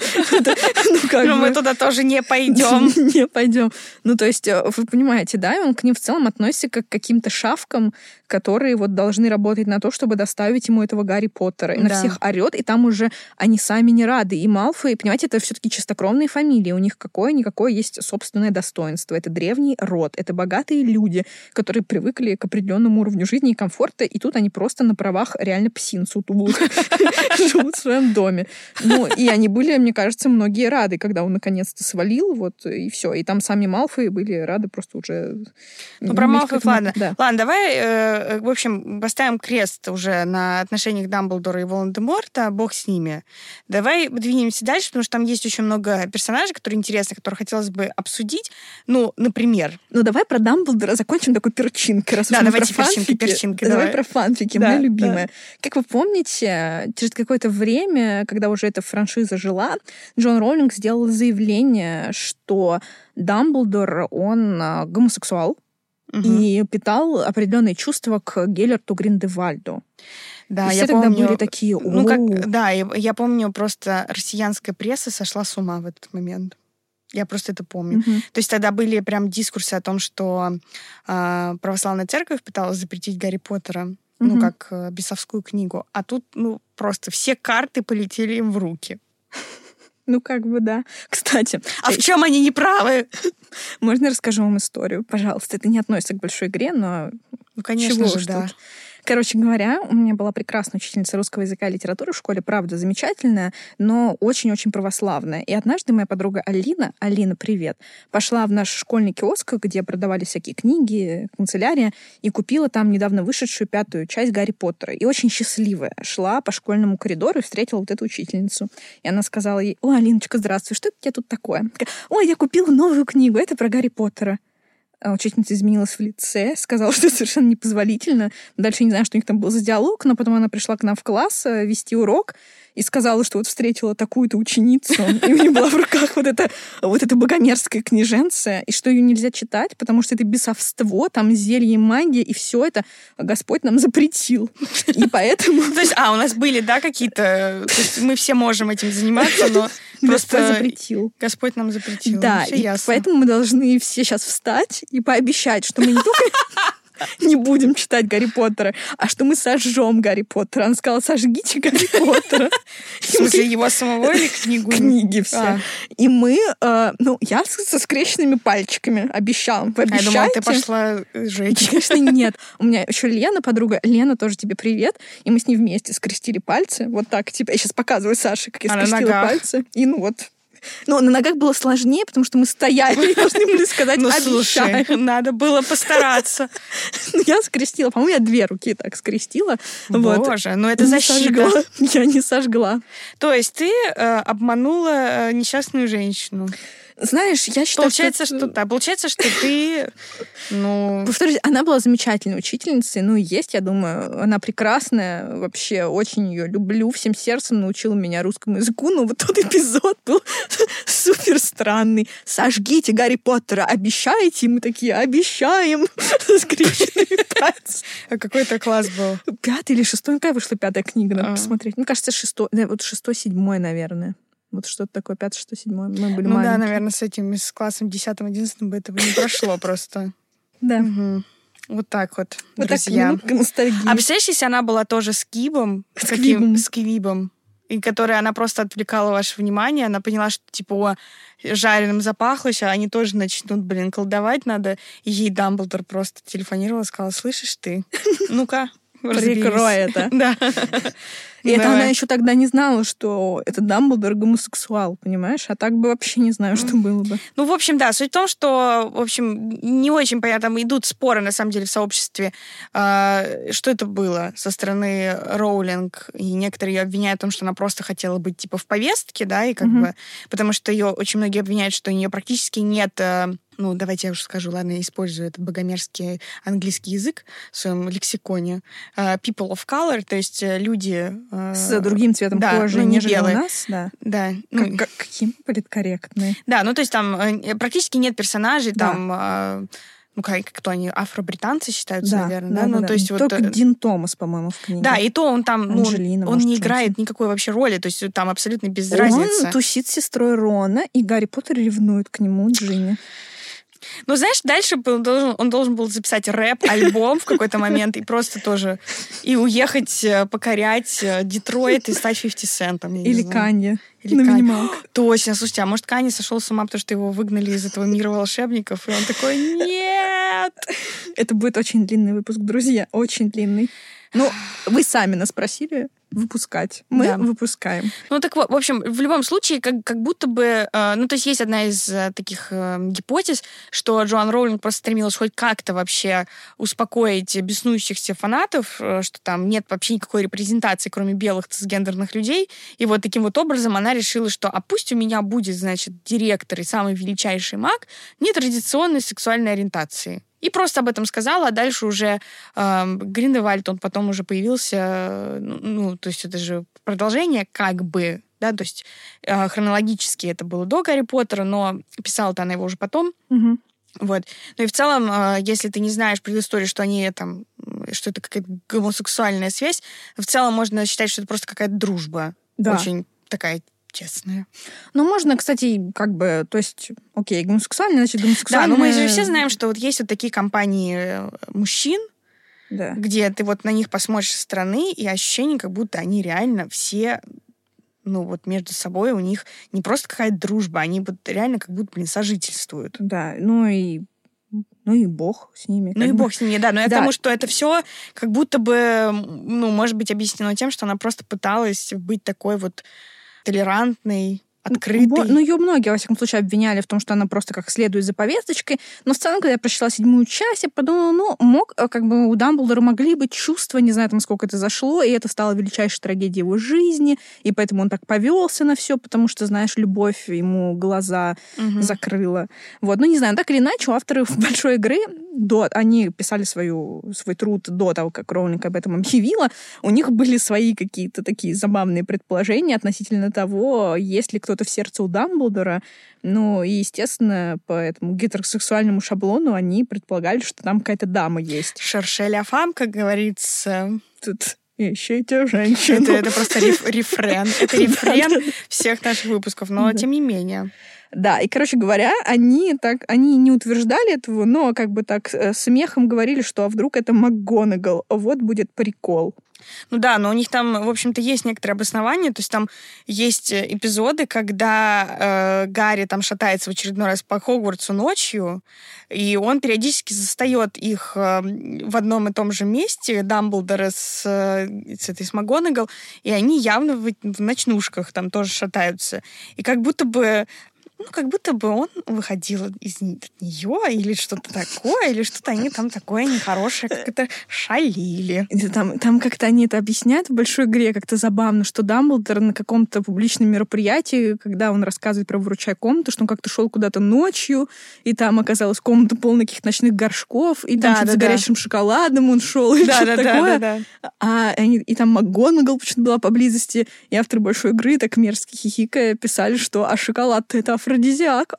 mean. Но мы туда тоже не пойдем. Не пойдем. Ну, то есть, вы понимаете, да, и он к ним в целом относится как к каким-то шавкам, которые вот должны работать на то, чтобы доставить ему этого Гарри Поттера. И на всех орет, и там уже они сами не рады. И Малфой, понимаете, это все-таки чистокровные фамилии. У них какое-никакое есть собственное достоинство. Это древний род, это богатые люди, которые привыкли к определенному уровню жизни и комфорта, и тут они просто на правах реально псин сутулых живут в своем доме. Ну, и они были, мне кажется, многие рады, когда он наконец-то свалил, вот, и все. И там сами Малфои были рады просто уже... Ну, про Малфоев, ладно. Да. Ладно, давай, э, в общем, поставим крест уже на отношениях Дамблдора и Волан-де-Морта, бог с ними. Давай двинемся дальше, потому что там есть очень много персонажей, которые интересны, которые хотелось бы обсудить. Ну, например... Ну, давай про Дамблдора закончим такой перчинкой. Раз да, давайте про перчинки, фанфики, перчинки. Давай, давай про фанфики, да, моя любимая. Да. Как вы помните, через какое-то время, когда уже эта франшиза жила, Джон Роулинг сделал заявление, что Дамблдор, он гомосексуал, угу. и питал определенные чувства к Геллерту Гриндевальду. Да, и я все тогда помню, были такие... Ну, как, да, я, я помню, просто россиянская пресса сошла с ума в этот момент. Я просто это помню. Uh-huh. То есть тогда были прям дискурсы о том, что э, православная церковь пыталась запретить Гарри Поттера, uh-huh. ну, как э, бесовскую книгу. А тут, ну, просто все карты полетели им в руки. Ну, как бы, да. Кстати... А в чем они неправы? Можно я расскажу вам историю? Пожалуйста. Это не относится к большой игре, но... Ну, конечно же, тут? да. Короче говоря, у меня была прекрасная учительница русского языка и литературы в школе, правда, замечательная, но очень-очень православная. И однажды моя подруга Алина, Алина, привет, пошла в наш школьный киоск, где продавали всякие книги, канцелярия, и купила там недавно вышедшую пятую часть Гарри Поттера. И очень счастливая шла по школьному коридору и встретила вот эту учительницу. И она сказала ей: «О, Алиночка, здравствуй, что у тебя тут такое?» Такая: «Ой, я купила новую книгу, это про Гарри Поттера». А учительница изменилась в лице, сказала, что это совершенно непозволительно. Дальше не знаю, что у них там был за диалог, но потом она пришла к нам в класс вести урок и сказала, что вот встретила такую-то ученицу, и у нее была в руках вот эта, вот эта богомерзкая книженция, и что ее нельзя читать, потому что это бесовство, там зелье и магия, и все это Господь нам запретил. И поэтому... То есть, а, у нас были, да, какие-то... То есть мы все можем этим заниматься, но просто... Господь запретил. Господь нам запретил. Да, и поэтому мы должны все сейчас встать и пообещать, что мы не только... не будем читать Гарри Поттера, а что мы сожжем Гарри Поттера. Она сказала: сожгите Гарри Поттера. В смысле, его самого или книгу? Книги все. А. И мы, э, ну, я со скрещенными пальчиками обещала. Вы обещаете? Я думала, ты пошла жечь. Конечно, нет. У меня еще Лена, подруга. Лена, тоже тебе привет. И мы с ней вместе скрестили пальцы. Вот так. Типа, я сейчас показываю Саше, как я а скрестила пальцы. И ну вот... Но на ногах было сложнее, потому что мы стояли и должны были сказать: ну, обещаем. Слушай, надо было постараться. Я скрестила. По-моему, я две руки так скрестила. Боже, ну это защита. Я не сожгла. То есть ты э, обманула э, несчастную женщину. Знаешь, я считаю, получается, что... что... Да, получается, что ты... Ну... Повторюсь, она была замечательной учительницей. Ну, и есть, я думаю, она прекрасная. Вообще, очень ее люблю. Всем сердцем научила меня русскому языку. Но вот тот эпизод был супер странный. Сожгите Гарри Поттера, обещаете? И мы такие: обещаем. Со скрещенными пальцами. А какой это класс был? Пятый или шестой? Какая вышла пятая книга? Надо посмотреть. Мне кажется, шестой. Вот шестой, седьмой, наверное. Вот что-то такое, пятый, шестой, седьмой. Мы были ну маленькие. Да, наверное, с этим, с классом десятым, одиннадцатым бы этого не прошло просто. Да. Угу. Вот так вот, вот друзья. Так, ностальгии. А представляешь, если она была тоже с Кибом? С Квибом. С Квибом. И которая она просто отвлекала ваше внимание, она поняла, что, типа, о, жареным запахло, сейчас они тоже начнут, блин, колдовать надо. И ей Дамблдор просто телефонировал и сказал: слышишь ты, ну-ка, прикрой это. Да. И это она еще тогда не знала, что это Дамблдор гомосексуал, понимаешь? А так бы вообще не знаю, что было бы. Ну, в общем, да, суть в том, что, в общем, не очень понятно, там идут споры, на самом деле, в сообществе, э, что это было со стороны Роулинг, и некоторые ее обвиняют в том, что она просто хотела быть, типа, в повестке, да, и как mm-hmm. бы, потому что ее очень многие обвиняют, что у нее практически нет... Э, ну, давайте я уже скажу, ладно, я использую этот богомерзкий английский язык в своем лексиконе. Uh, people of color, то есть люди... Uh, с другим цветом да, кожи, ну, не нежели белые. У нас, да. Да. Ну, как, каким политкорректные. Да, ну, то есть там практически нет персонажей, да. там... Uh, ну, как, кто они, афро-британцы считаются, да, наверное, да? да? да ну, да. то есть Только вот... Дин Томас, по-моему, в книге. Да, и то он там... Ну, Анджелина, он может, не играет Джонсон. никакой вообще роли, то есть там абсолютно без разницы. Он тусит с сестрой Рона, и Гарри Поттер ревнует к нему Джинни. Ну, знаешь, дальше он должен, он должен был записать рэп-альбом в какой-то момент и просто тоже... И уехать покорять Детройт и стать фифти Центом. Или Канье. Или на Канье. минималках. Точно. Слушайте, а может, Канье сошел с ума, потому что его выгнали из этого мира волшебников, и он такой: нет! Это будет очень длинный выпуск, друзья. Очень длинный. Ну, вы сами нас просили выпускать. Мы да. выпускаем. Ну, так вот, в общем, в любом случае, как, как будто бы... Э, ну, то есть есть одна из э, таких э, гипотез, что Джоан Роулинг просто стремилась хоть как-то вообще успокоить беснующихся фанатов, э, что там нет вообще никакой репрезентации, кроме белых цисгендерных людей. И вот таким вот образом она решила, что а пусть у меня будет, значит, директор и самый величайший маг нетрадиционной сексуальной ориентации. И просто об этом сказала, а дальше уже э, Гриндевальд, он потом уже появился, ну, то есть это же продолжение как бы, да, то есть э, хронологически это было до Гарри Поттера, но писала-то она его уже потом. Угу. Вот. Ну и в целом, э, если ты не знаешь предысторию, что они там, что это какая-то гомосексуальная связь, в целом можно считать, что это просто какая-то дружба. Да. Очень такая честная. Ну, можно, кстати, как бы, то есть, окей, гомосексуальная, значит, гомосексуальная... Да, но мы же все знаем, что вот есть вот такие компании мужчин, да. где ты вот на них посмотришь со стороны, и ощущение, как будто они реально все, ну, вот между собой у них не просто какая-то дружба, они вот реально как будто, блин, сожительствуют. Да, ну и Ну и бог с ними. Ну и бы. бог с ними, да. Но я да. к тому, что это все как будто бы, ну, может быть, объяснено тем, что она просто пыталась быть такой вот толерантной, открытой. Ну, ее многие, во всяком случае, обвиняли в том, что она просто как следует за повесточкой. Но в целом, когда я прочитала седьмую часть, я подумала, ну, мог, как бы у Дамблдора могли быть чувства, не знаю, там, сколько это зашло, и это стало величайшей трагедией его жизни, и поэтому он так повелся на все, потому что, знаешь, любовь ему глаза угу. закрыла. Вот, ну, не знаю, так или иначе, у авторов большой игры, до, они писали свою, свой труд до того, как Роулинг об этом объявила, у них были свои какие-то такие забавные предположения относительно того, есть ли кто-то в сердце у Дамблдора. Ну, и, естественно, по этому гетеросексуальному шаблону они предполагали, что там какая-то дама есть. Шерше ля фам, как говорится. Тут ищите женщину. Это, это просто реф, рефрен. Это рефрен всех наших выпусков, но тем не менее. Да, и, короче говоря, они так, они не утверждали этого, но как бы так смехом говорили, что а вдруг это МакГонагал, вот будет прикол. Ну да, но у них там, в общем-то, есть некоторые обоснования. То есть там есть эпизоды, когда э, Гарри там шатается в очередной раз по Хогвартсу ночью, и он периодически застает их э, в одном и том же месте, Дамблдора с, с этой с МакГонагал, и они явно в, в ночнушках там тоже шатаются. И как будто бы Ну, как будто бы он выходил из нее, или что-то такое, или что-то они там такое нехорошее, как это шалили. Там, там как-то они это объясняют в большой игре, как-то забавно, что Дамблдор на каком-то публичном мероприятии, когда он рассказывает про «Выручай комнату», что он как-то шел куда-то ночью, и там оказалась комната полная каких-то ночных горшков, и там да, что-то да, с горячим да. шоколадом он шел, и да, что-то да, такое. Да, да, да. А они, и там МакГонагал почему-то была поблизости, и авторы большой игры так мерзко хихикая писали, что «а шоколад-то это афродизиак».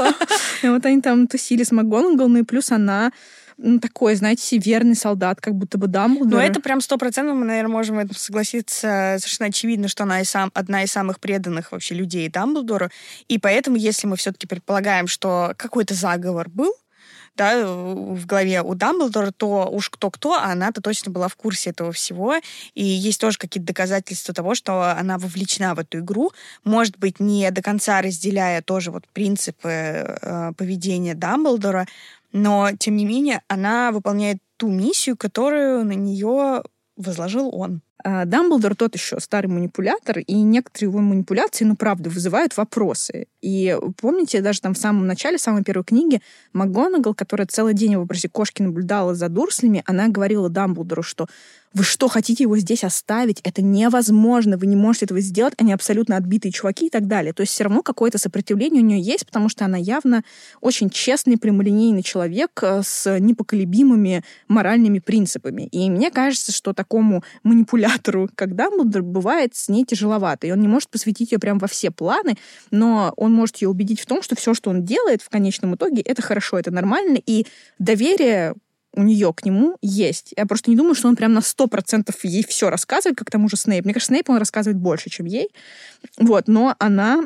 И вот они там тусили с МакГонагал, ну и плюс она ну, такой, знаете, верный солдат, как будто бы Дамблдор. Ну, это прям сто процентов, мы, наверное, можем в этом согласиться. Совершенно очевидно, что она и сам, одна из самых преданных вообще людей Дамблдору. И поэтому, если мы все-таки предполагаем, что какой-то заговор был, да, в голове у Дамблдора, то уж кто-кто, а она-то точно была в курсе этого всего. И есть тоже какие-то доказательства того, что она вовлечена в эту игру. Может быть, не до конца разделяя тоже вот принципы э, поведения Дамблдора, но, тем не менее, она выполняет ту миссию, которую на нее возложил он. Дамблдор тот еще старый манипулятор, и некоторые его манипуляции, ну, правда, вызывают вопросы. И помните, даже там в самом начале, в самой первой книге, МакГонагал, которая целый день в образе кошки наблюдала за Дурслями, она говорила Дамблдору, что вы что, хотите его здесь оставить? Это невозможно, вы не можете этого сделать, они абсолютно отбитые чуваки и так далее. То есть все равно какое-то сопротивление у нее есть, потому что она явно очень честный, прямолинейный человек с непоколебимыми моральными принципами. И мне кажется, что такому манипулятору, как Дамблдор, бывает с ней тяжеловато. И он не может посвятить ее прям во все планы, но он может ее убедить в том, что все, что он делает в конечном итоге, это хорошо, это нормально, и доверие у нее к нему есть. Я просто не думаю, что он прям на сто процентов ей все рассказывает, как тому же Снейп. Мне кажется, Снейп он рассказывает больше, чем ей. Вот, но она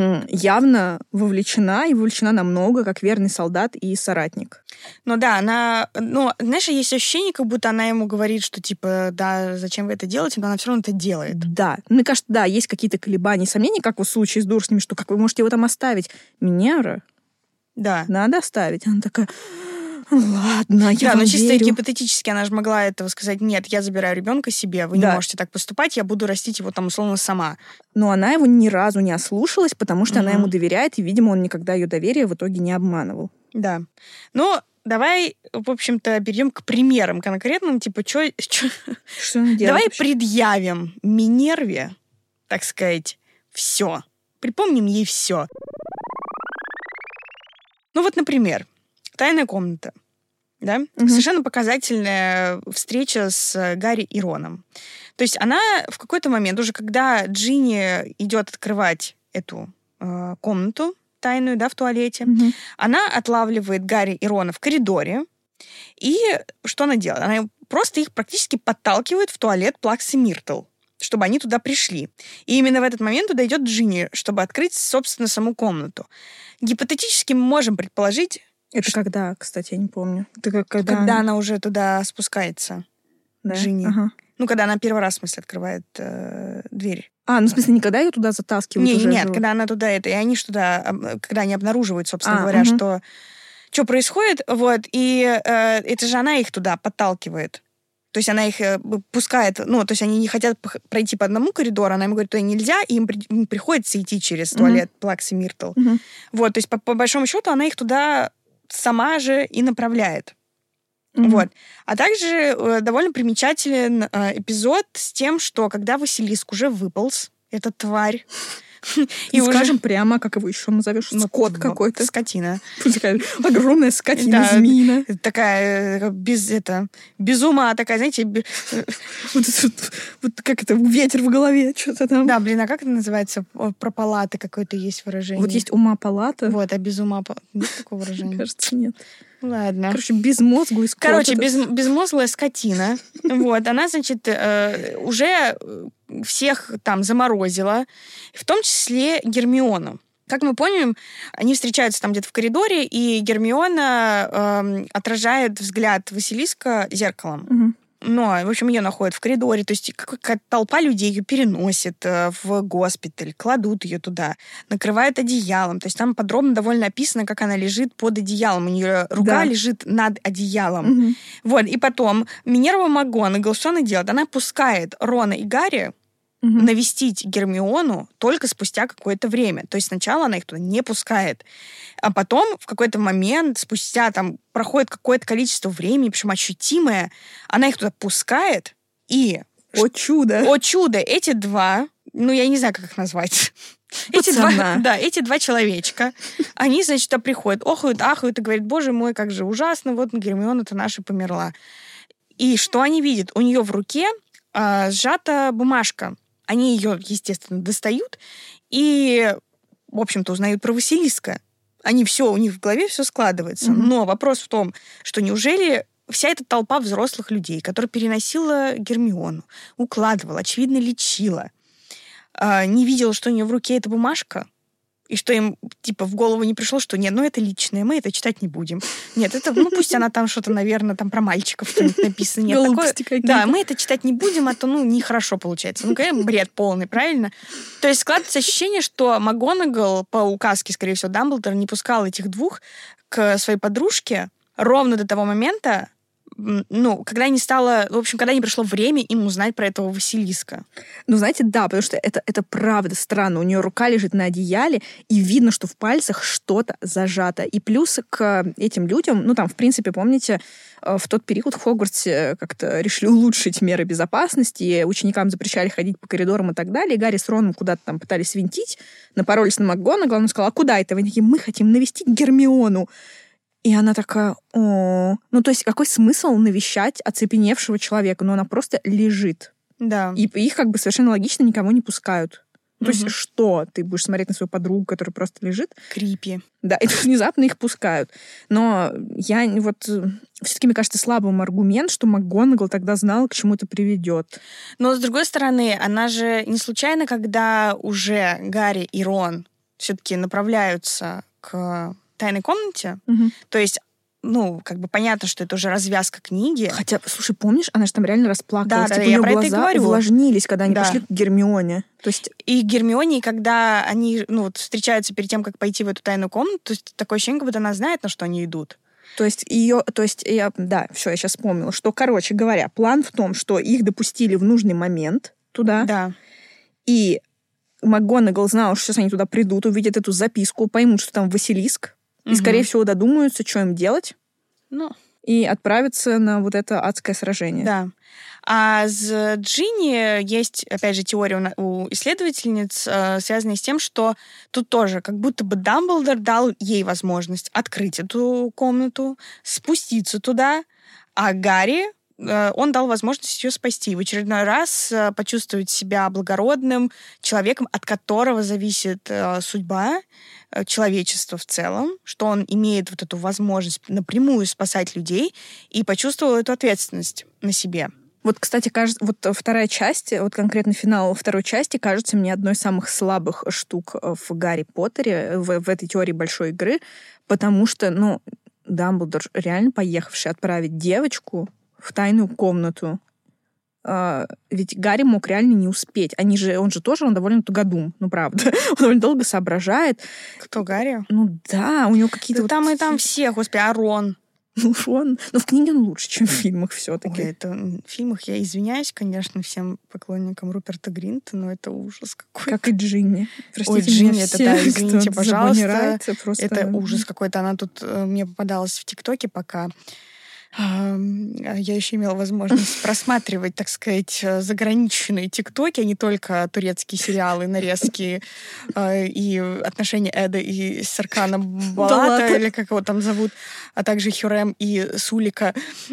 явно вовлечена, и вовлечена намного, как верный солдат и соратник. Ну да, она... Ну, знаешь, есть ощущение, как будто она ему говорит, что, типа, да, зачем вы это делаете, но она все равно это делает. Да. Мне кажется, да, есть какие-то колебания, сомнения, как в случае с Дурслями, что как вы можете его там оставить? Минера? Да. Надо оставить. Она такая... Ладно, я Да, вам но чисто верю. гипотетически она же могла этого сказать, нет, я забираю ребенка себе, вы да. не можете так поступать, я буду растить его там условно сама. Но она его ни разу не ослушалась, потому что угу. она ему доверяет, и, видимо, он никогда ее доверие в итоге не обманывал. Да. Ну, давай, в общем-то, перейдем к примерам конкретным, типа, чё, чё... что она делает? Давай вообще? предъявим Минерве, так сказать, все. Припомним ей все. Ну вот, например, «Тайная комната». Да? Угу. Совершенно показательная встреча с Гарри и Роном. То есть она в какой-то момент, уже когда Джинни идет открывать эту э, комнату тайную, да, в туалете, угу. она отлавливает Гарри и Рона в коридоре. И что она делает? Она просто их практически подталкивает в туалет Плаксы Миртл, чтобы они туда пришли. И именно в этот момент туда идет Джинни, чтобы открыть, собственно, саму комнату. Гипотетически мы можем предположить... Это что... когда, кстати, я не помню. Это как, когда когда она... она уже туда спускается, да? Джинни. Ага. Ну, когда она первый раз, в смысле, открывает э, дверь. А, ну, в смысле, никогда ее туда затаскивают? Не, уже нет, живут? Когда она туда это... И они ж туда... Когда они обнаруживают, собственно а, говоря, угу. что... что происходит, вот, и э, это же она их туда подталкивает. То есть она их э, пускает, ну, то есть они не хотят п- пройти по одному коридору, она им говорит, туда нельзя, и им, при- им приходится идти через mm-hmm. туалет Плакс и Миртл. Mm-hmm. Вот, то есть по, по большому счету она их туда сама же и направляет. Mm-hmm. Вот. А также э, довольно примечателен э, эпизод с тем, что когда Василиск уже выполз, эта тварь, и скажем уже... прямо, как его еще назовешь, ну, скот ну, какой-то. Скотина. Такая огромная скотина, да, змеина. Такая без, это, без ума, такая, знаете... Б... Вот, вот, вот как это, ветер в голове, что-то там. Да, блин, а как это называется? Про палаты какое-то есть выражение. Вот есть ума палата. Вот, а без ума... Нет такого выражения? Кажется, нет. Ладно. Короче, безмозглый скот. Короче, без, безмозглая скотина. Вот, она, значит, э, уже всех там заморозила, в том числе Гермиону. Как мы помним, они встречаются там где-то в коридоре, и Гермиона э, отражает взгляд Василиска зеркалом. Угу. Но, в общем, ее находят в коридоре, то есть какая-то толпа людей ее переносит в госпиталь, кладут ее туда, накрывают одеялом. То есть там подробно довольно описано, как она лежит под одеялом. У нее рука да. лежит над одеялом. Угу. Вот, и потом Минерва МакГонагал, что она делает? Она пускает Рона и Гарри угу. навестить Гермиону только спустя какое-то время. То есть сначала она их туда не пускает. А потом в какой-то момент, спустя там проходит какое-то количество времени, причем ощутимое, она их туда пускает, и... О чудо! О чудо! Эти два, ну, я не знаю, как их назвать. Эти два, да, эти два человечка, они, значит, туда приходят, охают, ахают и говорят, боже мой, как же ужасно, вот Гермиона-то наша померла. И что они видят? У нее в руке а, сжата бумажка. Они ее, естественно, достают и, в общем-то, узнают про Василиска. Они все, у них в голове все складывается. Mm-hmm. Но вопрос в том, что неужели вся эта толпа взрослых людей, которая переносила Гермиону, укладывала, очевидно, лечила, не видела, что у нее в руке эта бумажка, и что им, типа, в голову не пришло, что нет, ну это личное, мы это читать не будем. Нет, это, ну пусть она там что-то, наверное, там про мальчиков что-нибудь написано. Нет, такое, да, мы это читать не будем, а то, ну, нехорошо получается. Ну, конечно, бред полный, правильно? То есть складывается ощущение, что МакГонагал по указке, скорее всего, Дамблдора не пускал этих двух к своей подружке ровно до того момента, ну, когда не стало... В общем, когда не пришло время им узнать про этого Василиска. Ну, знаете, да, потому что это, это правда странно. У нее рука лежит на одеяле, и видно, что в пальцах что-то зажато. И плюс к этим людям, ну, там, в принципе, помните, в тот период в Хогвартсе как-то решили улучшить меры безопасности, и ученикам запрещали ходить по коридорам и так далее. И Гарри с Роном куда-то там пытались свинтить, напоролись на МакГонагал, он сказал, а куда это? Вы такие, мы хотим навестить Гермиону. И она такая, о, ну то есть какой смысл навещать оцепеневшего человека? Ну она просто лежит. Да. И их как бы совершенно логично никому не пускают. Ну, то есть что? Ты будешь смотреть на свою подругу, которая просто лежит? Крипи. Да, и тут внезапно их пускают. Но я вот... Все-таки, мне кажется, слабым аргумент, что МакГонагал тогда знала, к чему это приведет. Но, с другой стороны, она же не случайно, когда уже Гарри и Рон все-таки направляются к тайной комнате, угу. то есть, ну, как бы понятно, что это уже развязка книги. Хотя, слушай, помнишь, она же там реально расплакалась. Да, типа, да, у я нее про глаза это и говорю. увлажнились, когда они да. пошли к Гермионе. То есть... И Гермионе, когда они, ну, вот, встречаются перед тем, как пойти в эту тайную комнату, то есть такое ощущение, как будто она знает, на что они идут. То есть ее, то есть я, да, все, я сейчас вспомнила, что, короче говоря, план в том, что их допустили в нужный момент туда. Да. И МакГонагал знала, что сейчас они туда придут, увидят эту записку, поймут, что там Василиск, и, угу. скорее всего, додумаются, что им делать. Ну. И отправиться на вот это адское сражение. Да. А с Джинни есть, опять же, теория у исследовательниц, связанная с тем, что тут тоже как будто бы Дамблдор дал ей возможность открыть эту комнату, спуститься туда, а Гарри, он дал возможность ее спасти. В очередной раз почувствовать себя благородным человеком, от которого зависит судьба человечества в целом, что он имеет вот эту возможность напрямую спасать людей, и почувствовал эту ответственность на себе. Вот, кстати, кажется, вот вторая часть, вот конкретно финал второй части, кажется мне одной из самых слабых штук в Гарри Поттере, в, в этой теории большой игры, потому что, ну, Дамблдор реально поехавший отправить девочку в тайную комнату Uh, ведь Гарри мог реально не успеть. Они же, он же тоже, он довольно тугодум, ну правда. Он довольно долго соображает. Кто, Гарри? Ну да, у него какие-то... Да вот... там и там все, господи, а Рон? Ну, Рон... Ну, в книге он лучше, чем в фильмах все-таки. Ой, это в фильмах, я извиняюсь, конечно, всем поклонникам Руперта Гринта, но это ужас какой-то. Как и Джинни. Простите Ой, Джинни, меня это все, да, извините, пожалуйста. Просто... Это ужас какой-то. Она тут э, мне попадалась в ТикТоке пока. Я еще имела возможность просматривать, так сказать, заграничные тиктоки, а не только турецкие сериалы, нарезки и отношения Эда и Серкана Балата, или как его там зовут, а также Хюррем и Сулика.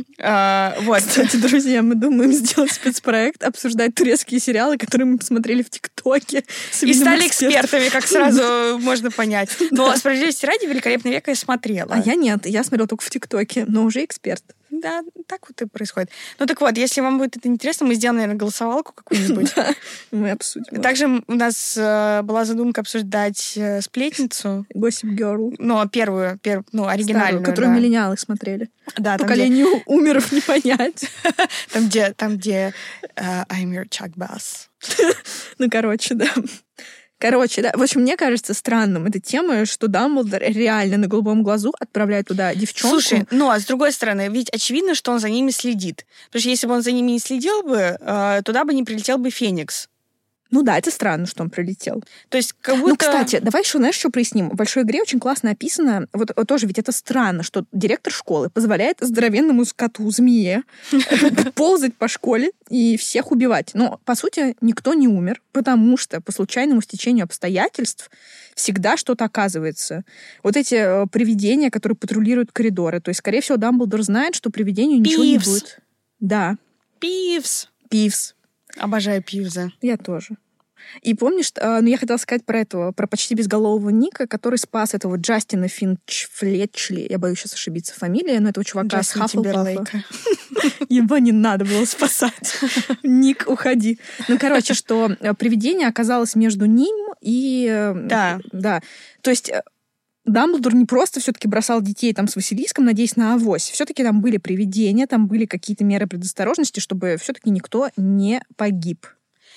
Вот. Кстати, друзья, мы думаем сделать спецпроект, обсуждать турецкие сериалы, которые мы посмотрели в ТикТоке. И стали экспертами, как сразу можно понять. Но «Справедливости ради» «Великолепный век» я смотрела. А я нет, я смотрела только в ТикТоке, но уже эксперт. Да, так вот и происходит. Ну так вот, если вам будет это интересно, мы сделаем, наверное, голосовалку какую-нибудь. Да, мы обсудим. Также у нас э, была задумка обсуждать э, «Сплетницу». Gossip Girl. Но первую, перв, ну, оригинальную. Старую, которую да. миллениалы смотрели. Да, поколению где... умеров не понять. Там, где, там, где uh, I'm your Chuck Bass. Ну, короче, да. Короче, да. В общем, мне кажется странным эта тема, что Дамблдор реально на голубом глазу отправляет туда девчонку. Слушай, ну, а с другой стороны, ведь очевидно, что он за ними следит. Потому что если бы он за ними не следил бы, туда бы не прилетел бы Феникс. Ну да, это странно, что он прилетел. То есть как будто... Ну, кстати, давай еще, знаешь, что проясним? В «Большой игре» очень классно описано, вот, вот тоже ведь это странно, что директор школы позволяет здоровенному скоту-змее ползать по школе и всех убивать. Но, по сути, никто не умер, потому что по случайному стечению обстоятельств всегда что-то оказывается. Вот эти привидения, которые патрулируют коридоры. То есть, скорее всего, Дамблдор знает, что привидению ничего не будет. Да. Пивс. Пивс. Обожаю Пивза. Я тоже. И помнишь, ну я хотела сказать про этого, про почти безголового Ника, который спас этого Джастина Финч-Флетчли. Я боюсь сейчас ошибиться фамилией, но этого чувака с Хаффлпафа. Его не надо было спасать. Ник, уходи. Ну, короче, что привидение оказалось между ним и... Да. Да. То есть... Дамблдор не просто все-таки бросал детей там с Василиском, надеясь на авось. Все-таки там были привидения, там были какие-то меры предосторожности, чтобы все-таки никто не погиб.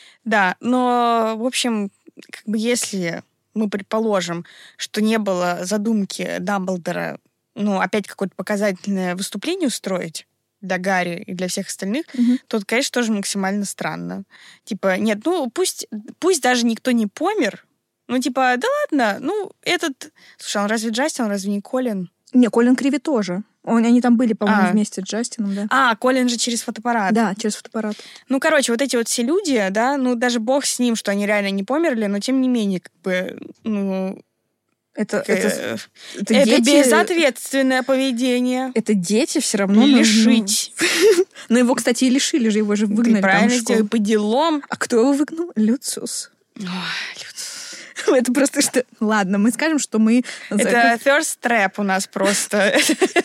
Да, но, в общем, как бы если мы предположим, что не было задумки Дамблдора, ну, опять какое-то показательное выступление устроить для Гарри и для всех остальных, mm-hmm. то, конечно, тоже максимально странно. Типа, нет, ну, пусть, пусть даже никто не помер, ну, типа, да ладно, ну, этот... Слушай, он разве Джастин, он разве не Колин? Не, Колин Криви тоже. Он, они там были, по-моему, а. вместе с Джастином, да. А, Колин же через фотоаппарат. Да, через фотоаппарат. Ну, короче, вот эти вот все люди, да, ну, даже бог с ним, что они реально не померли, но тем не менее, как бы, ну... Это, к... это, это, это дети... безответственное поведение. Это дети все равно... Лишить. Ну, его, кстати, и лишили же, его же выгнали. Ты правильно сделал, по делам. А кто его выгнал? Люциус. Ой, Люциус. Это просто что... Ладно, мы скажем, что мы... Это thirst trap у нас просто.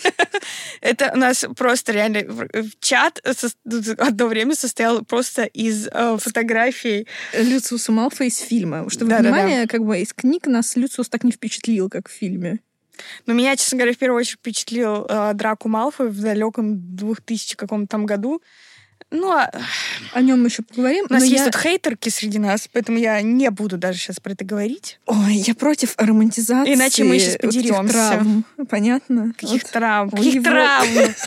Это у нас просто реально... Чат одно время состоял просто из фотографий Люциуса Малфоя из фильма. Что вы понимали, как бы из книг нас Люциус так не впечатлил, как в фильме. Ну, меня, честно говоря, в первую очередь впечатлил Драко Малфой в далеком двухтысячном каком-то там году. Ну, а... О нем мы еще поговорим. У нас есть я... тут хейтерки среди нас, поэтому я не буду даже сейчас про это говорить. Ой, я против романтизации. Иначе мы сейчас подеремся. Вот травм. Понятно? Каких вот. травм? Каких его... травм?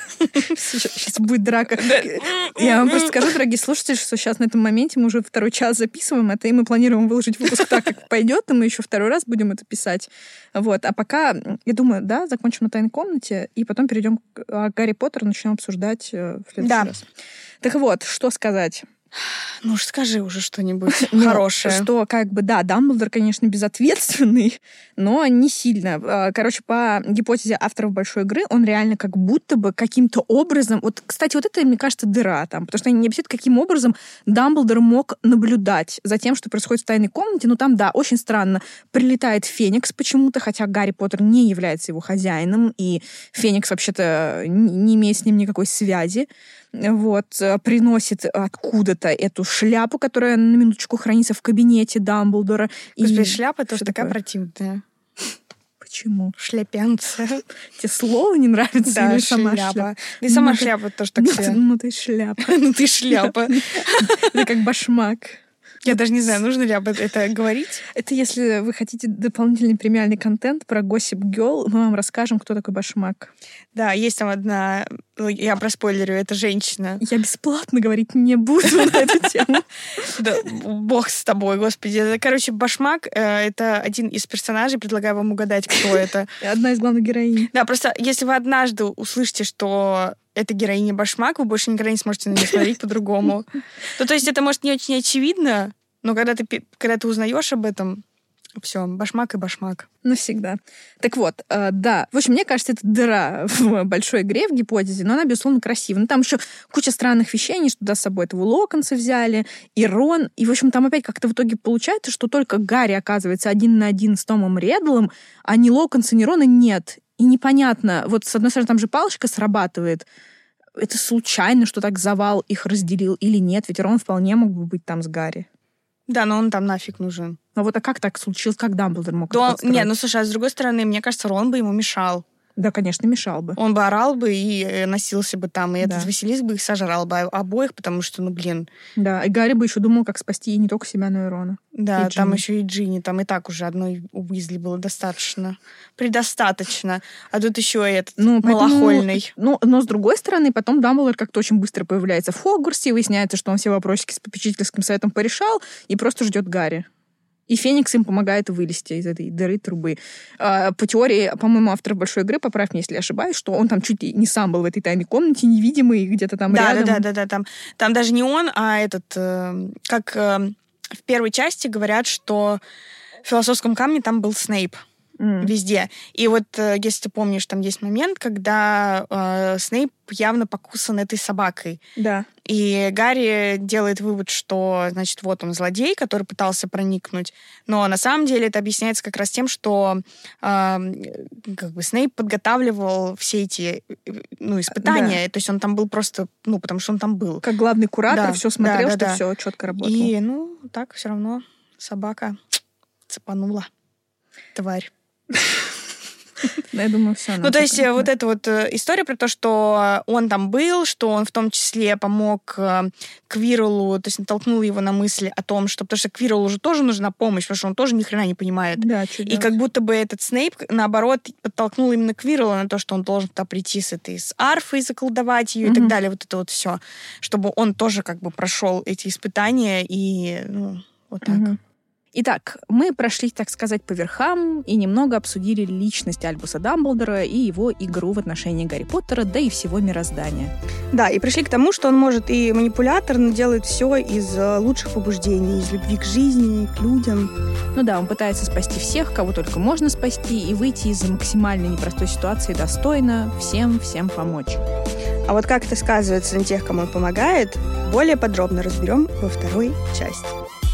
Сейчас будет драка. Я вам просто скажу, дорогие слушатели, что сейчас на этом моменте мы уже второй час записываем это, и мы планируем выложить выпуск так, как пойдет, и мы еще второй раз будем это писать. Вот. А пока, я думаю, да, закончим на тайной комнате, и потом перейдем к Гарри Поттеру, начнем обсуждать в следующий да. раз. Так вот, что сказать? Ну уж скажи уже что-нибудь хорошее. Что, как бы, да, Дамблдор, конечно, безответственный, но не сильно. Короче, по гипотезе авторов «Большой игры», он реально как будто бы каким-то образом... Вот, кстати, вот это, мне кажется, дыра там, потому что они не объясняют, каким образом Дамблдор мог наблюдать за тем, что происходит в тайной комнате. Ну, там, да, очень странно. Прилетает Феникс почему-то, хотя Гарри Поттер не является его хозяином, и Феникс вообще-то не имеет с ним никакой связи. Вот, приносит откуда-то эту шляпу, которая на минуточку хранится в кабинете Дамблдора. Господи, и... шляпа тоже такая противная. Почему? Шляпянца. Тебе слово не нравится Да, или сама шляпа. шляпа? Да и сама Ну, ты- шляпа тоже так Ну, себе. ты- Ну, ты шляпа. Ну ты шляпа. Это как башмак. Я даже не знаю, нужно ли об это- это говорить. Это если вы хотите дополнительный премиальный контент про Gossip Girl, мы вам расскажем, кто такой башмак. Да, есть там одна, ну, я проспойлерю, это женщина. Я бесплатно говорить не буду на эту тему. Да, бог с тобой, господи. Это, короче, Башмак э, — это один из персонажей, предлагаю вам угадать, кто это. Одна из главных героинь. Да, просто если вы однажды услышите, что это героиня Башмак, вы больше никогда не сможете на нее смотреть по-другому. Ну, то есть это, может, не очень очевидно, но когда ты, пи- когда ты узнаешь об этом, все, Башмак и Башмак. Навсегда. Так вот, э, да. В общем, мне кажется, это дыра в большой игре, в гипотезе, но она, безусловно, красивая. Но там еще куча странных вещей, они туда с собой этого Локонса взяли, и Рон. И, в общем, там опять как-то в итоге получается, что только Гарри оказывается один на один с Томом Реддлом, а ни Локонса, ни Рона нет. И непонятно. Вот, с одной стороны, там же палочка срабатывает. Это случайно, что так завал их разделил или нет? Ведь Рон вполне мог бы быть там с Гарри. Да, но он там нафиг нужен. Но вот а как так случилось? Как Дамблдор мог Да, это он- подстроить? не, ну слушай, а с другой стороны, мне кажется, Рон бы ему мешал. Да, конечно, мешал бы. Он бы орал бы и э, носился бы там, и Да. этот Василиск бы их сожрал бы обоих, потому что, ну, блин, Да, и Гарри бы еще думал, как спасти и не только себя, но и Рона. да, И там Джинни. еще и Джинни, там и так уже одной у Уизли было достаточно. Предостаточно. А тут еще и этот Ну, поэтому- малохольный. Ну, но с другой стороны, потом Дамблдор как-то очень быстро появляется в Хогвартсе, выясняется, что он все вопросики с попечительским советом порешал и просто ждет Гарри. И Феникс им помогает вылезти из этой дыры трубы. А, по теории, по-моему, автор большой игры, поправь меня, если я ошибаюсь, что он там чуть ли не сам был в этой тайной комнате, невидимый, где-то там Да, да, рядом. да, да, да, там, там даже не он, а этот, э, как э, в первой части говорят, что в философском камне там был Снейп. М. Везде. И вот, э, если ты помнишь, там есть момент, когда э, Снейп явно покусан этой собакой. Да. И Гарри делает вывод, что, значит, вот он злодей, который пытался проникнуть. Но на самом деле это объясняется как раз тем, что э, как бы Снейп подготавливал все эти э, ну, испытания. То есть он там был просто, ну, потому что он там был. Как главный куратор Да, все смотрел, да, да, что да. все четко работало. И, ну, так все равно собака цепанула. Тварь. Да, я думаю, все. Ну, то есть э, вот эта вот э, история про то, что он там был, что он в том числе помог э, Квирреллу, то есть натолкнул его на мысль о том, что... Потому что Квирреллу же тоже нужна помощь, потому что он тоже ни хрена не понимает. Да, что И как будто бы этот Снейп, наоборот, подтолкнул именно Квиррелла на то, что он должен туда прийти с этой с арфой, заколдовать ее и так Мгм. далее. Вот это вот все. Чтобы он тоже как бы прошел эти испытания и, ну, вот так. Мгм. Итак, мы прошли, так сказать, по верхам и немного обсудили личность Альбуса Дамблдора и его игру в отношении Гарри Поттера, да и всего мироздания. Да, и пришли к тому, что он может и манипулятор, но делает все из э, лучших побуждений, из любви к жизни, к людям. Ну да, он пытается спасти всех, кого только можно спасти, и выйти из максимально непростой ситуации достойно, всем-всем помочь. А вот как это сказывается на тех, кому он помогает, более подробно разберем во второй части.